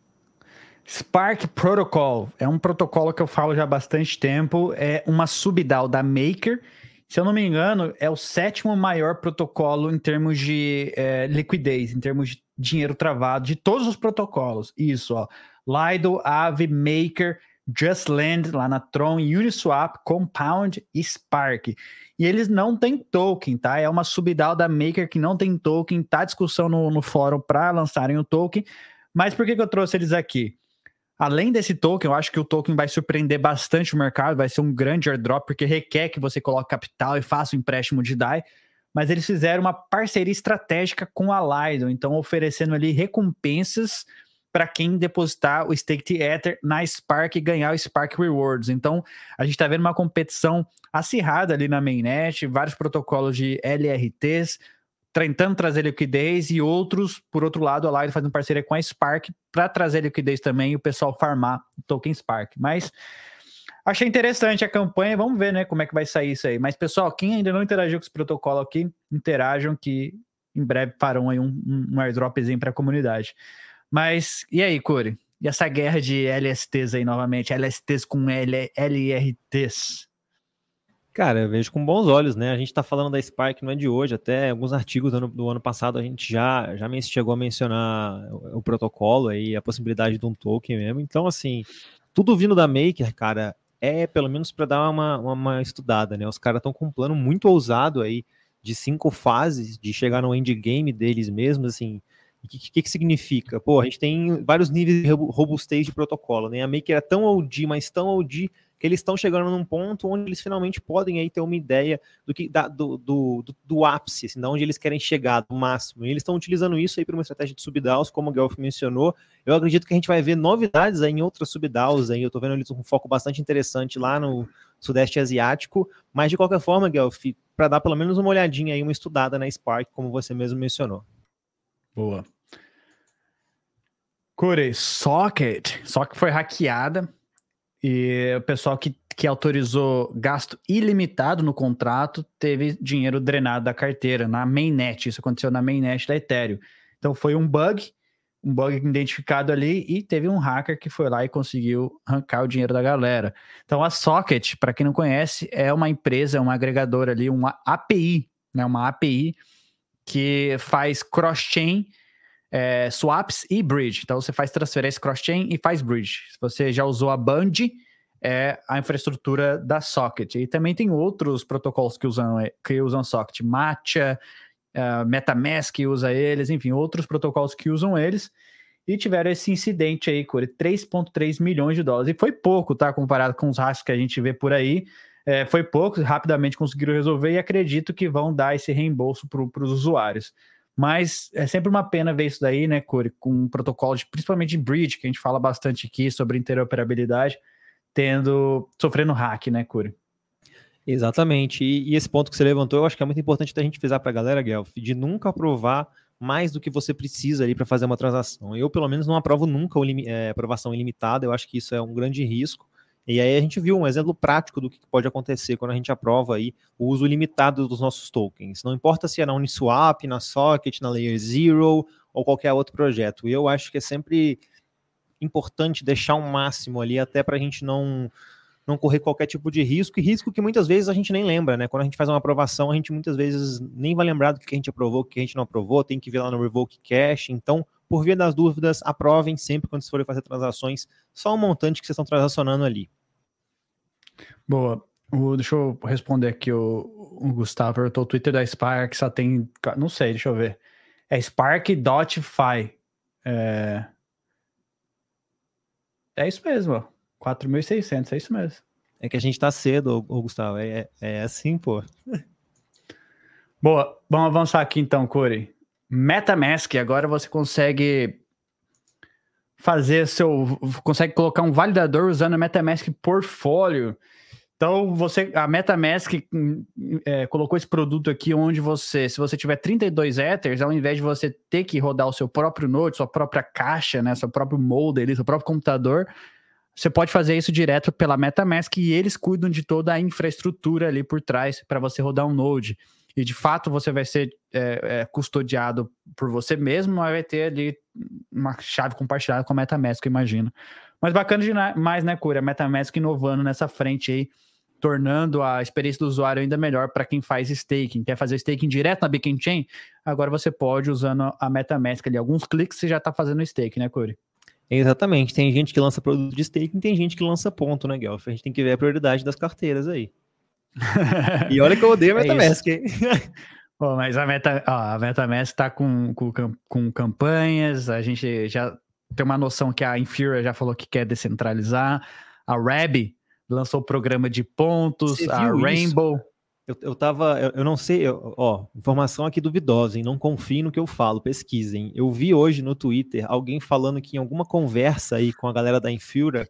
Spark Protocol é um protocolo que eu falo já há bastante tempo. É uma sub-DAO da Maker. Se eu não me engano, é o 7º maior protocolo em termos de liquidez, em termos de dinheiro travado, de todos os protocolos. Isso, ó. Lido, Aave, Maker, JustLand, lá na Tron, Uniswap, Compound e Spark. E eles não têm token, tá? É uma sub-DAO da Maker que não tem token. Tá discussão no fórum para lançarem o token. Mas por que eu trouxe eles aqui? Além desse token, eu acho que o token vai surpreender bastante o mercado, vai ser um grande airdrop, porque requer que você coloque capital e faça o empréstimo de DAI, mas eles fizeram uma parceria estratégica com a Lido, então oferecendo ali recompensas para quem depositar o stake de Ether na Spark e ganhar o Spark Rewards. Então, a gente está vendo uma competição acirrada ali na mainnet, vários protocolos de LRTs, tentando trazer liquidez, e outros, por outro lado, a Lido fazendo parceria com a Spark para trazer liquidez também e o pessoal farmar o token Spark. Mas achei interessante a campanha, vamos ver, né, como é que vai sair isso aí. Mas, pessoal, quem ainda não interagiu com esse protocolo aqui, interajam que em breve farão aí um airdropzinho para a comunidade. Mas, e aí, Corey? E essa guerra de LSTs aí novamente? LSTs com LRTs? Cara, eu vejo com bons olhos, né? A gente tá falando da Spark, não é de hoje, até alguns artigos do ano passado a gente já chegou a mencionar o protocolo aí, a possibilidade de um token mesmo. Então, assim, tudo vindo da Maker, cara, é pelo menos para dar uma estudada, né? Os caras estão com um plano muito ousado aí de 5 fases, de chegar no endgame deles mesmos, assim. O que significa? Pô, a gente tem vários níveis de robustez de protocolo, né? A Maker é tão OG, mas tão OG, que eles estão chegando num ponto onde eles finalmente podem aí ter uma ideia do ápice, assim, da onde eles querem chegar, do máximo. E eles estão utilizando isso aí para uma estratégia de sub-DAOs, como o Guelph mencionou. Eu acredito que a gente vai ver novidades aí em outras sub-DAOs aí. Eu estou vendo eles com um foco bastante interessante lá no Sudeste Asiático, mas de qualquer forma, Guelph, para dar pelo menos uma olhadinha aí, uma estudada na Spark, como você mesmo mencionou. Boa. Corey, Socket foi hackeada. E o pessoal que autorizou gasto ilimitado no contrato teve dinheiro drenado da carteira, na mainnet. Isso aconteceu na mainnet da Ethereum. Então foi um bug identificado ali, e teve um hacker que foi lá e conseguiu arrancar o dinheiro da galera. Então a Socket, para quem não conhece, é uma empresa, é um agregador ali, uma API, né? Uma API que faz cross-chain, swaps e bridge. Então você faz transferência cross-chain e faz bridge. Se você já usou a Band, é a infraestrutura da Socket. E também tem outros protocolos que usam Socket. Matcha, MetaMask que usa eles, enfim, outros protocolos que usam eles. E tiveram esse incidente aí, Corey, 3,3 milhões de dólares. E foi pouco, tá? Comparado com os rastros que a gente vê por aí. Foi pouco, rapidamente conseguiram resolver, e acredito que vão dar esse reembolso para os usuários. Mas é sempre uma pena ver isso daí, né, Corey, com um protocolo principalmente de bridge, que a gente fala bastante aqui sobre interoperabilidade, sofrendo hack, né, Corey? Exatamente, e esse ponto que você levantou, eu acho que é muito importante a gente frisar para a galera, Guelph, de nunca aprovar mais do que você precisa ali para fazer uma transação. Eu, pelo menos, não aprovo nunca aprovação ilimitada, eu acho que isso é um grande risco. E aí a gente viu um exemplo prático do que pode acontecer quando a gente aprova aí o uso limitado dos nossos tokens. Não importa se é na Uniswap, na Socket, na Layer Zero ou qualquer outro projeto. E eu acho que é sempre importante deixar um máximo ali, até para a gente não correr qualquer tipo de risco, e risco que muitas vezes a gente nem lembra, né? Quando a gente faz uma aprovação, a gente muitas vezes nem vai lembrar do que a gente aprovou, o que a gente não aprovou, tem que ver lá no Revoke Cash. Então, por via das dúvidas, aprovem sempre quando vocês forem fazer transações, só o montante que vocês estão transacionando ali. Boa. Deixa eu responder aqui, o Gustavo perguntou, o Twitter da Spark só tem, não sei, deixa eu ver. É Spark.fi. É isso mesmo, ó. 4.600, é isso mesmo. É que a gente tá cedo, ô Gustavo, é assim, pô. Boa, vamos avançar aqui então, Corey. MetaMask, agora você consegue consegue colocar um validador usando a MetaMask Portfólio. Então, a MetaMask colocou esse produto aqui onde se você tiver 32 Ethers, ao invés de você ter que rodar o seu próprio node, sua própria caixa, né, seu próprio molder, seu próprio computador, você pode fazer isso direto pela MetaMask e eles cuidam de toda a infraestrutura ali por trás para você rodar um node. E, de fato, você vai ser custodiado por você mesmo, mas vai ter ali uma chave compartilhada com a MetaMask, eu imagino. Mas bacana demais, né, Cura? A MetaMask inovando nessa frente aí, tornando a experiência do usuário ainda melhor para quem faz staking. Quer fazer staking direto na Beacon Chain? Agora você pode, usando a MetaMask ali. Alguns cliques você já está fazendo staking, né, Curi? Exatamente. Tem gente que lança produto de staking, tem gente que lança ponto, né, Guelph? A gente tem que ver a prioridade das carteiras aí. E olha que eu odeio a MetaMask, hein? Bom, mas a MetaMask está com campanhas, a gente já tem uma noção que a Infura já falou que quer descentralizar, a Rabby lançou o programa de pontos, a Rainbow... Isso? Eu não sei, informação aqui duvidosa, hein? Não confiem no que eu falo, pesquisem. Eu vi hoje no Twitter alguém falando que em alguma conversa aí com a galera da Infura,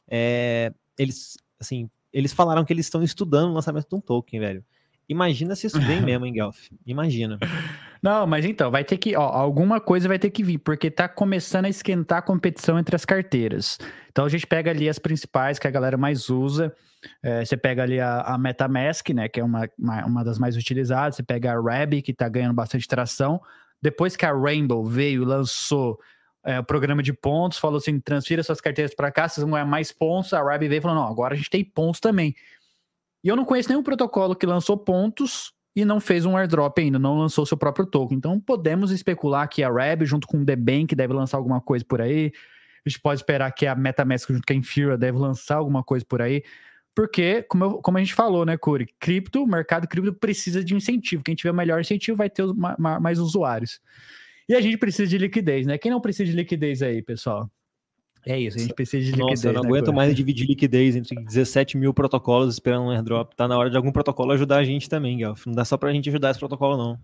eles falaram que eles estão estudando o lançamento de um token, velho. Imagina se isso vem mesmo, hein, Guelph? Imagina. Não, mas então, vai ter que, alguma coisa vai ter que vir, porque tá começando a esquentar a competição entre as carteiras. Então a gente pega ali as principais que a galera mais usa, você pega ali a MetaMask, né, que é uma das mais utilizadas, você pega a Rabby, que tá ganhando bastante tração. Depois que a Rainbow veio e lançou o programa de pontos, falou assim, transfira suas carteiras para cá, vocês vão ganhar mais pontos, a Rabby veio e falou, não, agora a gente tem pontos também. E eu não conheço nenhum protocolo que lançou pontos e não fez um airdrop ainda, não lançou seu próprio token. Então podemos especular que a Rabby junto com o The Bank deve lançar alguma coisa por aí. A gente pode esperar que a MetaMask junto com a Infura deve lançar alguma coisa por aí. Porque, como a gente falou, né, Curi? O mercado cripto precisa de incentivo. Quem tiver melhor incentivo vai ter mais usuários. E a gente precisa de liquidez, né? Quem não precisa de liquidez aí, pessoal? É isso, a gente precisa de liquidez. Nossa, eu não aguento mais dividir liquidez entre 17 mil protocolos esperando um airdrop. Tá na hora de algum protocolo ajudar a gente também, Guelph. Não dá só pra gente ajudar esse protocolo, não.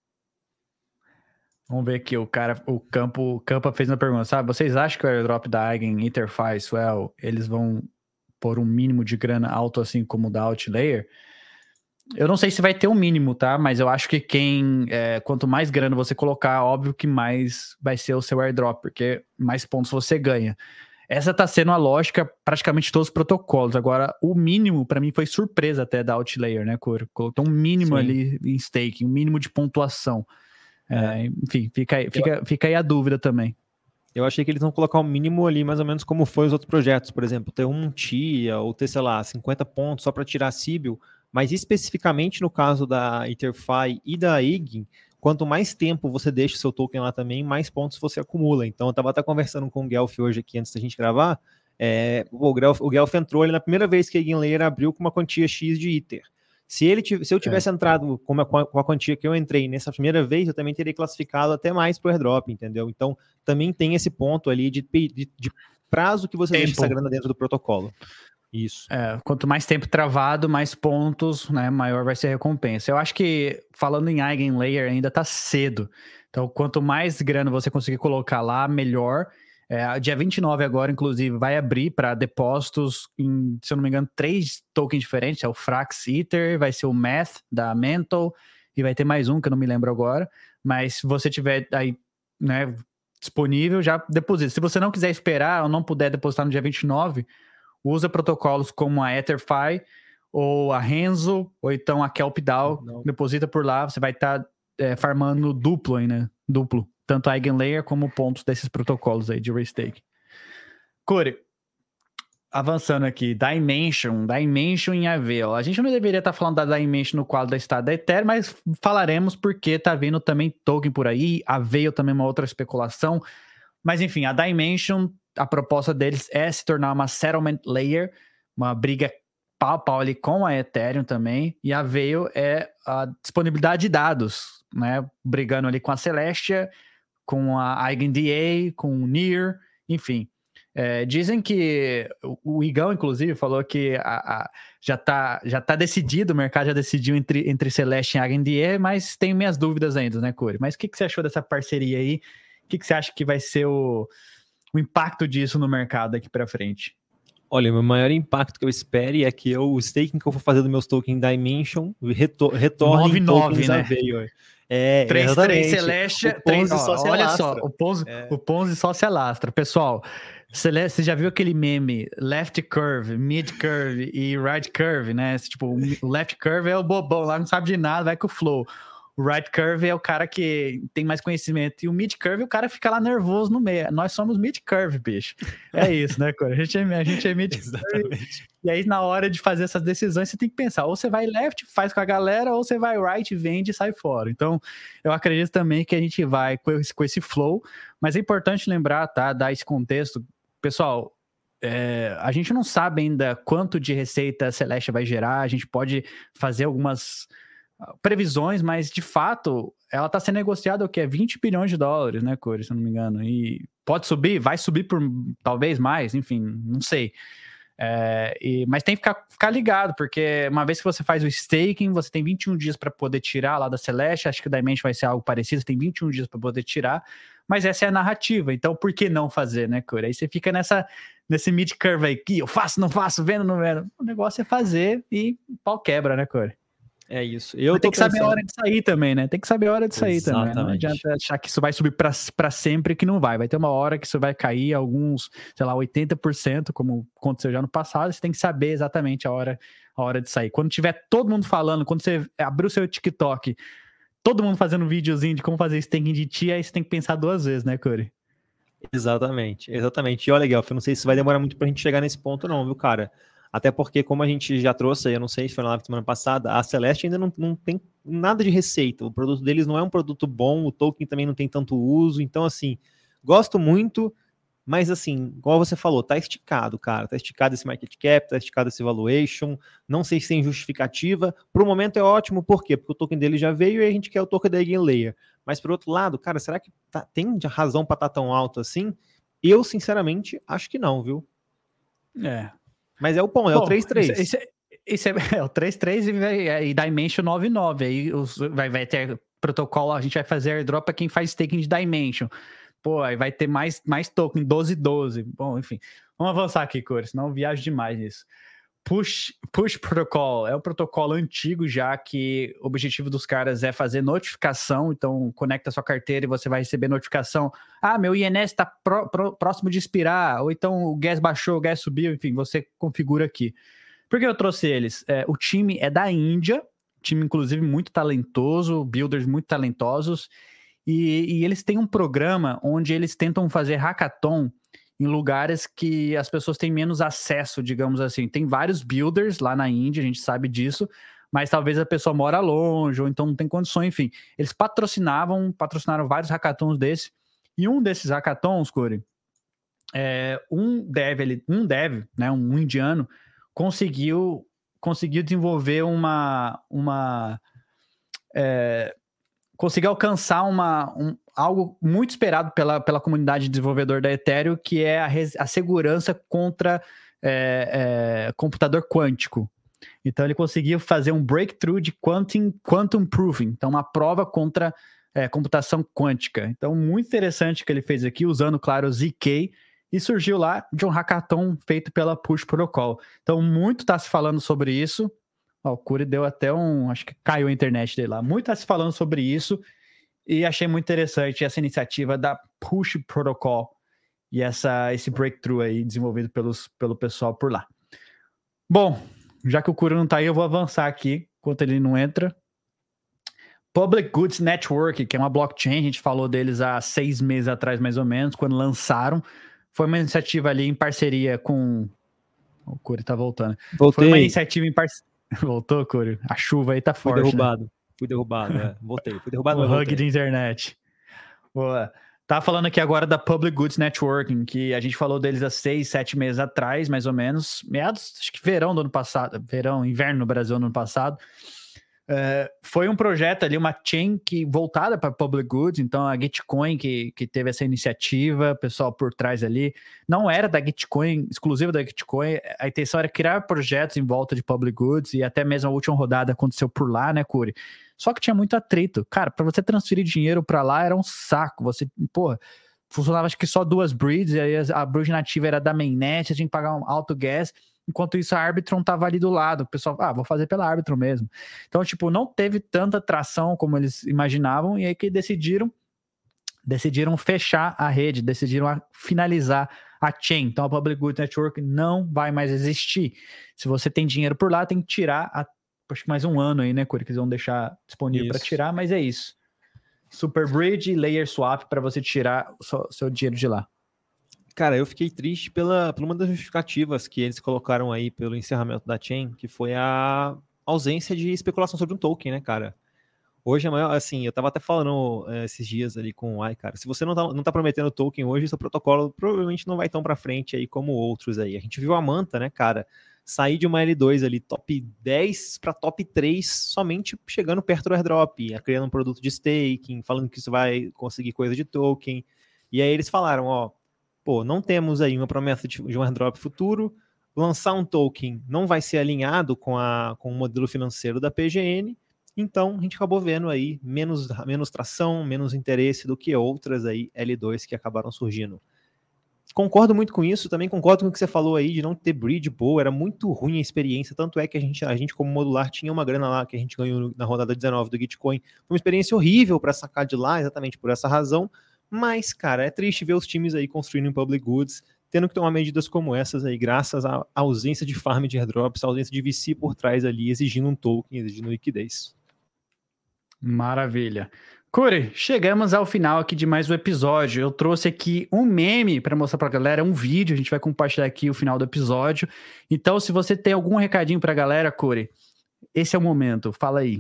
Vamos ver aqui, o Campa fez uma pergunta, sabe? Vocês acham que o airdrop da Eigen Interfi Swell, eles vão pôr um mínimo de grana alto assim como o da Outlayer? Eu não sei se vai ter um mínimo, tá? Mas eu acho que quanto mais grana você colocar, óbvio que mais vai ser o seu airdrop, porque mais pontos você ganha. Essa tá sendo a lógica praticamente de todos os protocolos. Agora, o mínimo, para mim, foi surpresa até da Outlayer, né, Cor? Colocou um mínimo ali em staking, um mínimo de pontuação. Enfim, fica aí a dúvida também. Eu achei que eles vão colocar o mínimo ali, mais ou menos como foi os outros projetos. Por exemplo, ter um TIA ou ter, sei lá, 50 pontos só para tirar Sibyl. Mas especificamente no caso da Interfi e da Eigen, quanto mais tempo você deixa o seu token lá também, mais pontos você acumula. Então, eu estava até conversando com o Guelph hoje aqui, antes da gente gravar. O Guelph entrou ali na primeira vez que a Eigenlayer abriu com uma quantia X de Ether. Se eu tivesse entrado com a quantia que eu entrei nessa primeira vez, eu também teria classificado até mais para o airdrop, entendeu? Então, também tem esse ponto ali de prazo que você deixa essa grana dentro do protocolo. Isso. Quanto mais tempo travado, mais pontos, né, maior vai ser a recompensa. Eu acho que, falando em Eigenlayer, ainda tá cedo. Então, quanto mais grana você conseguir colocar lá, melhor. Dia 29 agora, inclusive, vai abrir para depósitos em, se eu não me engano, 3 tokens diferentes. É o Frax Ether, vai ser o Math da Mental e vai ter mais um que eu não me lembro agora. Mas se você tiver aí, né, disponível, já deposita. Se você não quiser esperar ou não puder depositar no dia 29, usa protocolos como a EtherFi ou a Renzo ou então a KelpDAO. Deposita por lá, você vai estar farmando duplo aí, né? Duplo. Tanto a Eigenlayer como pontos desses protocolos aí de restake. Corey, avançando aqui, Dimension em AV. A gente não deveria estar falando da Dimension no quadro da estado da Ethereum, mas falaremos porque tá vindo também token por aí, a Veil também é uma outra especulação. Mas enfim, a Dimension, a proposta deles é se tornar uma settlement layer, uma briga pau a pau ali com a Ethereum também, e a Veil é a disponibilidade de dados, né? Brigando ali com a Celestia, com a EigenDA, com o Near, enfim. Dizem que o Igão, inclusive, falou que já tá decidido, o mercado já decidiu entre Celestia e EigenDA, mas tem minhas dúvidas ainda, né, Corey? Mas o que você achou dessa parceria aí? O que você acha que vai ser o impacto disso no mercado daqui para frente? Olha, o maior impacto que eu espero é que o staking que eu vou fazer dos meus tokens Dimension retorne em tokens, né? Veio. 3-3 Celestia, olha alastra. Só, o Ponzi só se alastra. Pessoal, você já viu aquele meme left curve, mid curve e right curve, né? Tipo, o left curve é o bobão lá, não sabe de nada, vai com o flow. O right curve é o cara que tem mais conhecimento. E o mid curve, o cara fica lá nervoso no meio. Nós somos mid curve, bicho. É isso, né, Cora? A gente é mid curve. E aí, na hora de fazer essas decisões, você tem que pensar. Ou você vai left, faz com a galera, ou você vai right, vende e sai fora. Então, eu acredito também que a gente vai com esse flow. Mas é importante lembrar, tá? Dar esse contexto. Pessoal, a gente não sabe ainda quanto de receita a Celestia vai gerar. A gente pode fazer algumas previsões, mas de fato ela está sendo negociada o que é 20 bilhões de dólares, né, Corey, se eu não me engano, e pode subir, vai subir por talvez mais, enfim, não sei, mas tem que ficar ligado, porque uma vez que você faz o staking, você tem 21 dias para poder tirar lá da Celestia, acho que o Dimension vai ser algo parecido, você tem 21 dias para poder tirar, mas essa é a narrativa, então por que não fazer, né, Corey? Aí você fica nesse mid-curve aí, que eu faço, não faço, vendo, não vendo, o negócio é fazer e o pau quebra, né, Corey? É isso. Tem que saber a hora de sair também, né? Tem que saber a hora de sair Exatamente. também. Não adianta achar que isso vai subir para sempre, que não vai. Vai ter uma hora que isso vai cair alguns, sei lá, 80%, como aconteceu já no passado. Você tem que saber exatamente a hora de sair. Quando tiver todo mundo falando, quando você abrir o seu TikTok, todo mundo fazendo um videozinho de como fazer staking de TIA, aí você tem que pensar 2 vezes, né, Corey? Exatamente. E olha, Guelph, eu não sei se vai demorar muito pra gente chegar nesse ponto não, viu, cara? Até porque, como a gente já trouxe, eu não sei se foi na live semana passada, a Celestia ainda não tem nada de receita. O produto deles não é um produto bom, o token também não tem tanto uso. Então, assim, gosto muito, mas, assim, igual você falou, tá esticado, cara. Tá esticado esse market cap, tá esticado esse valuation. Não sei se tem justificativa. Pro momento é ótimo, por quê? Porque o token dele já veio e a gente quer o token da Eigenlayer. Mas, por outro lado, cara, será que tem razão pra estar tão alto assim? Eu, sinceramente, acho que não, viu? Mas é o pão, é o 3-3. Esse é o 3-3 e Dimension 9-9. Aí vai ter protocolo, a gente vai fazer airdrop para quem faz staking de Dimension. Pô, aí vai ter mais token, 12-12. Bom, enfim. Vamos avançar aqui, Corey, senão eu viajo demais nisso. Push Protocol é um protocolo antigo já, que o objetivo dos caras é fazer notificação, então conecta a sua carteira e você vai receber notificação, meu INS está próximo de expirar, ou então o gas baixou, o gas subiu, enfim, você configura aqui. Por que eu trouxe eles? O time é da Índia, time inclusive muito talentoso, builders muito talentosos, e eles têm um programa onde eles tentam fazer hackathon em lugares que as pessoas têm menos acesso, digamos assim. Tem vários builders lá na Índia, a gente sabe disso, mas talvez a pessoa mora longe, ou então não tem condições, enfim. Eles patrocinaram vários hackathons desses, e um desses hackathons, Corey, um dev, né, um indiano, conseguiu desenvolver conseguiu alcançar algo muito esperado pela comunidade de desenvolvedor da Ethereum, que é a segurança contra computador quântico. Então, ele conseguiu fazer um breakthrough de quantum proving, então uma prova contra computação quântica. Então, muito interessante o que ele fez aqui, usando, claro, o ZK, e surgiu lá de um hackathon feito pela Push Protocol. Então, muito está se falando sobre isso. O Curi deu até acho que caiu a internet dele lá. Muito está se falando sobre isso, e achei muito interessante essa iniciativa da Push Protocol e esse breakthrough aí desenvolvido pelo pessoal por lá. Bom, já que o Curi não tá aí, eu vou avançar aqui, enquanto ele não entra. Public Goods Network, que é uma blockchain, a gente falou deles há 6 meses atrás, mais ou menos, quando lançaram. Foi uma iniciativa ali em parceria com... O Curi tá voltando. Voltei. Foi uma iniciativa em parceria... Voltou, Curi? A chuva aí tá forte. Fui derrubado, Voltei. Fui derrubado, o mas hug voltei. de internet. Boa. Tá falando aqui agora da Public Goods Networking, que a gente falou deles há 6, 7 meses atrás, mais ou menos, meados, acho que verão do ano passado, inverno no Brasil no ano passado. Foi um projeto ali, uma chain voltada para Public Goods, então a Gitcoin que teve essa iniciativa, o pessoal por trás ali, não era da Gitcoin, exclusiva da Gitcoin, a intenção era criar projetos em volta de Public Goods, e até mesmo a última rodada aconteceu por lá, né, Curi? Só que tinha muito atrito. Cara, para você transferir dinheiro para lá era um saco. Você, funcionava acho que só 2 breeds, e aí a bridge nativa era da mainnet, a gente pagava um alto gas. Enquanto isso, a Arbitrum tava ali do lado. O pessoal, vou fazer pela Arbitrum mesmo. Então, não teve tanta tração como eles imaginavam, e aí que decidiram fechar a rede, decidiram finalizar a chain. Então, a Public Goods Network não vai mais existir. Se você tem dinheiro por lá, tem que tirar acho que mais um ano aí, né, Curi, que eles vão deixar disponível para tirar, mas é isso. Super Bridge e Layer Swap para você tirar o seu dinheiro de lá. Cara, eu fiquei triste por uma das justificativas que eles colocaram aí pelo encerramento da chain, que foi a ausência de especulação sobre um token, né, cara? Hoje, eu tava até falando esses dias ali com o AI, cara, se você não tá prometendo token hoje, seu protocolo provavelmente não vai tão pra frente aí como outros aí. A gente viu a Manta, né, cara, sair de uma L2 ali, top 10 para top 3, somente chegando perto do airdrop, criando um produto de staking, falando que isso vai conseguir coisa de token. E aí eles falaram, não temos aí uma promessa de um airdrop futuro, lançar um token não vai ser alinhado com o modelo financeiro da PGN, então a gente acabou vendo aí menos tração, menos interesse do que outras aí L2 que acabaram surgindo. Concordo muito com isso, também concordo com o que você falou aí de não ter bridge boa, era muito ruim a experiência, tanto é que a gente como modular tinha uma grana lá que a gente ganhou na rodada 19 do Gitcoin, foi uma experiência horrível para sacar de lá, exatamente por essa razão, mas, cara, é triste ver os times aí construindo em Public Goods, tendo que tomar medidas como essas aí, graças à ausência de farm de airdrops, à ausência de VC por trás ali, exigindo um token, exigindo liquidez. Maravilha. Curi, chegamos ao final aqui de mais um episódio. Eu trouxe aqui um meme para mostrar para a galera, um vídeo, a gente vai compartilhar aqui o final do episódio. Então, se você tem algum recadinho para a galera, Curi, esse é o momento, fala aí.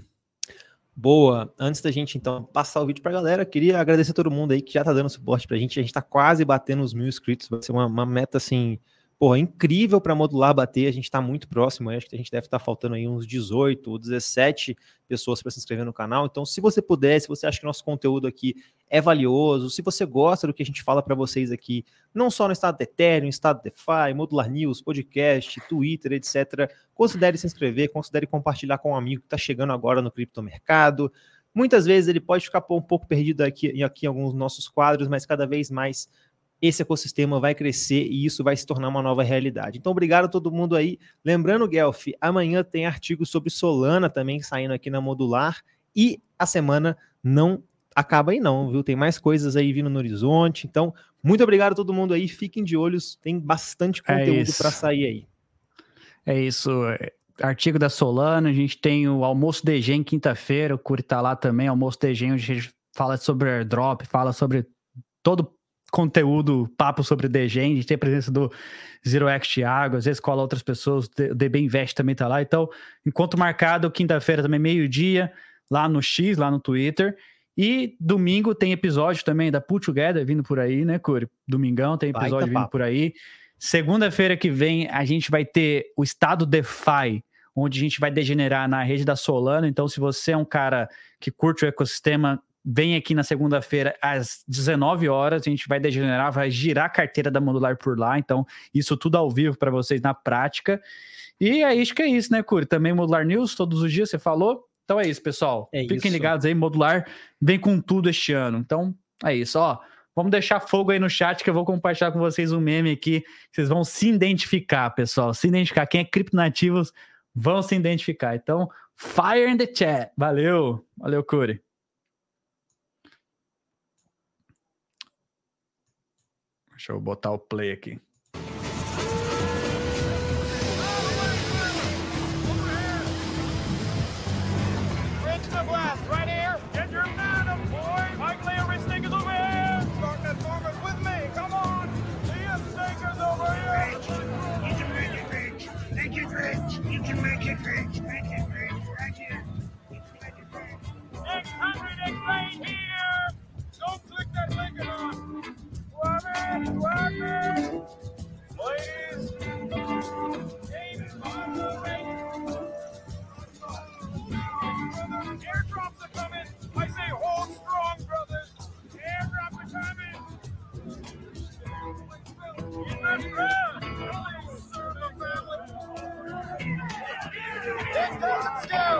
Boa, antes da gente então passar o vídeo para a galera, queria agradecer a todo mundo aí que já tá dando suporte pra gente tá quase batendo os 1.000 inscritos, vai ser uma meta assim, incrível para modular bater, a gente tá muito próximo, acho que a gente deve estar faltando aí uns 18 ou 17 pessoas para se inscrever no canal, então se você puder, se você acha que nosso conteúdo aqui é valioso, se você gosta do que a gente fala para vocês aqui, não só no estado de Ethereum, estado de DeFi, Modular News, podcast, Twitter, etc., considere se inscrever, considere compartilhar com um amigo que está chegando agora no criptomercado. Muitas vezes ele pode ficar um pouco perdido aqui em alguns dos nossos quadros, mas cada vez mais esse ecossistema vai crescer e isso vai se tornar uma nova realidade. Então, obrigado a todo mundo aí. Lembrando, Guelph, amanhã tem artigo sobre Solana também saindo aqui na Modular e a semana não acaba aí não, viu? Tem mais coisas aí vindo no horizonte. Então, muito obrigado a todo mundo aí. Fiquem de olhos, tem bastante conteúdo para sair aí. É isso. Artigo da Solana, a gente tem o Almoço DG em quinta-feira, o Curi tá lá também, Almoço DG, onde a gente fala sobre airdrop, fala sobre todo conteúdo, papo sobre DG, a gente tem a presença do ZeroX Thiago, às vezes cola outras pessoas, o DB Invest também tá lá, então, encontro marcado, quinta-feira também, meio-dia, lá no X, lá no Twitter, e domingo tem episódio também da Put Together vindo por aí, né, Curi? Domingão tem episódio vindo por aí. Segunda-feira que vem a gente vai ter o estado DeFi, onde a gente vai degenerar na rede da Solana, então se você é um cara que curte o ecossistema, vem aqui na segunda-feira às 19 horas, a gente vai degenerar, vai girar a carteira da Modular por lá, então isso tudo ao vivo para vocês na prática. E aí, acho que é isso, né, Curi? Também Modular News, todos os dias, você falou? Então é isso, pessoal. Fiquem ligados aí, Modular vem com tudo este ano. Então é isso, ó. Vamos deixar fogo aí no chat que eu vou compartilhar com vocês um meme aqui, que vocês vão se identificar, pessoal. Se identificar. Quem é criptonativos vão se identificar. Então, fire in the chat. Valeu. Valeu, Curi. Deixa eu botar o play aqui. You can make it rich, make it rich, make it. 600 is right here. Don't click that link on. Ladies, airdrops are coming. I say hold strong, brothers. Airdrops are coming. In the front. Serve the family. It doesn't scale.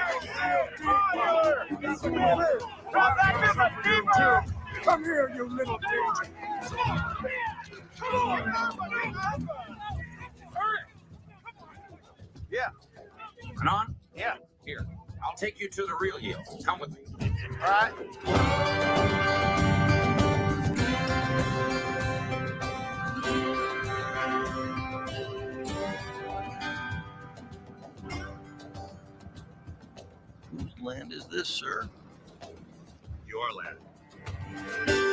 Drop that different deeper. Come here, you little bitch. Come on. Hurry. Yeah. Anon? Yeah. Here, I'll take you to the real Yale. Come with me. All right. Whose land is this, sir? Your land.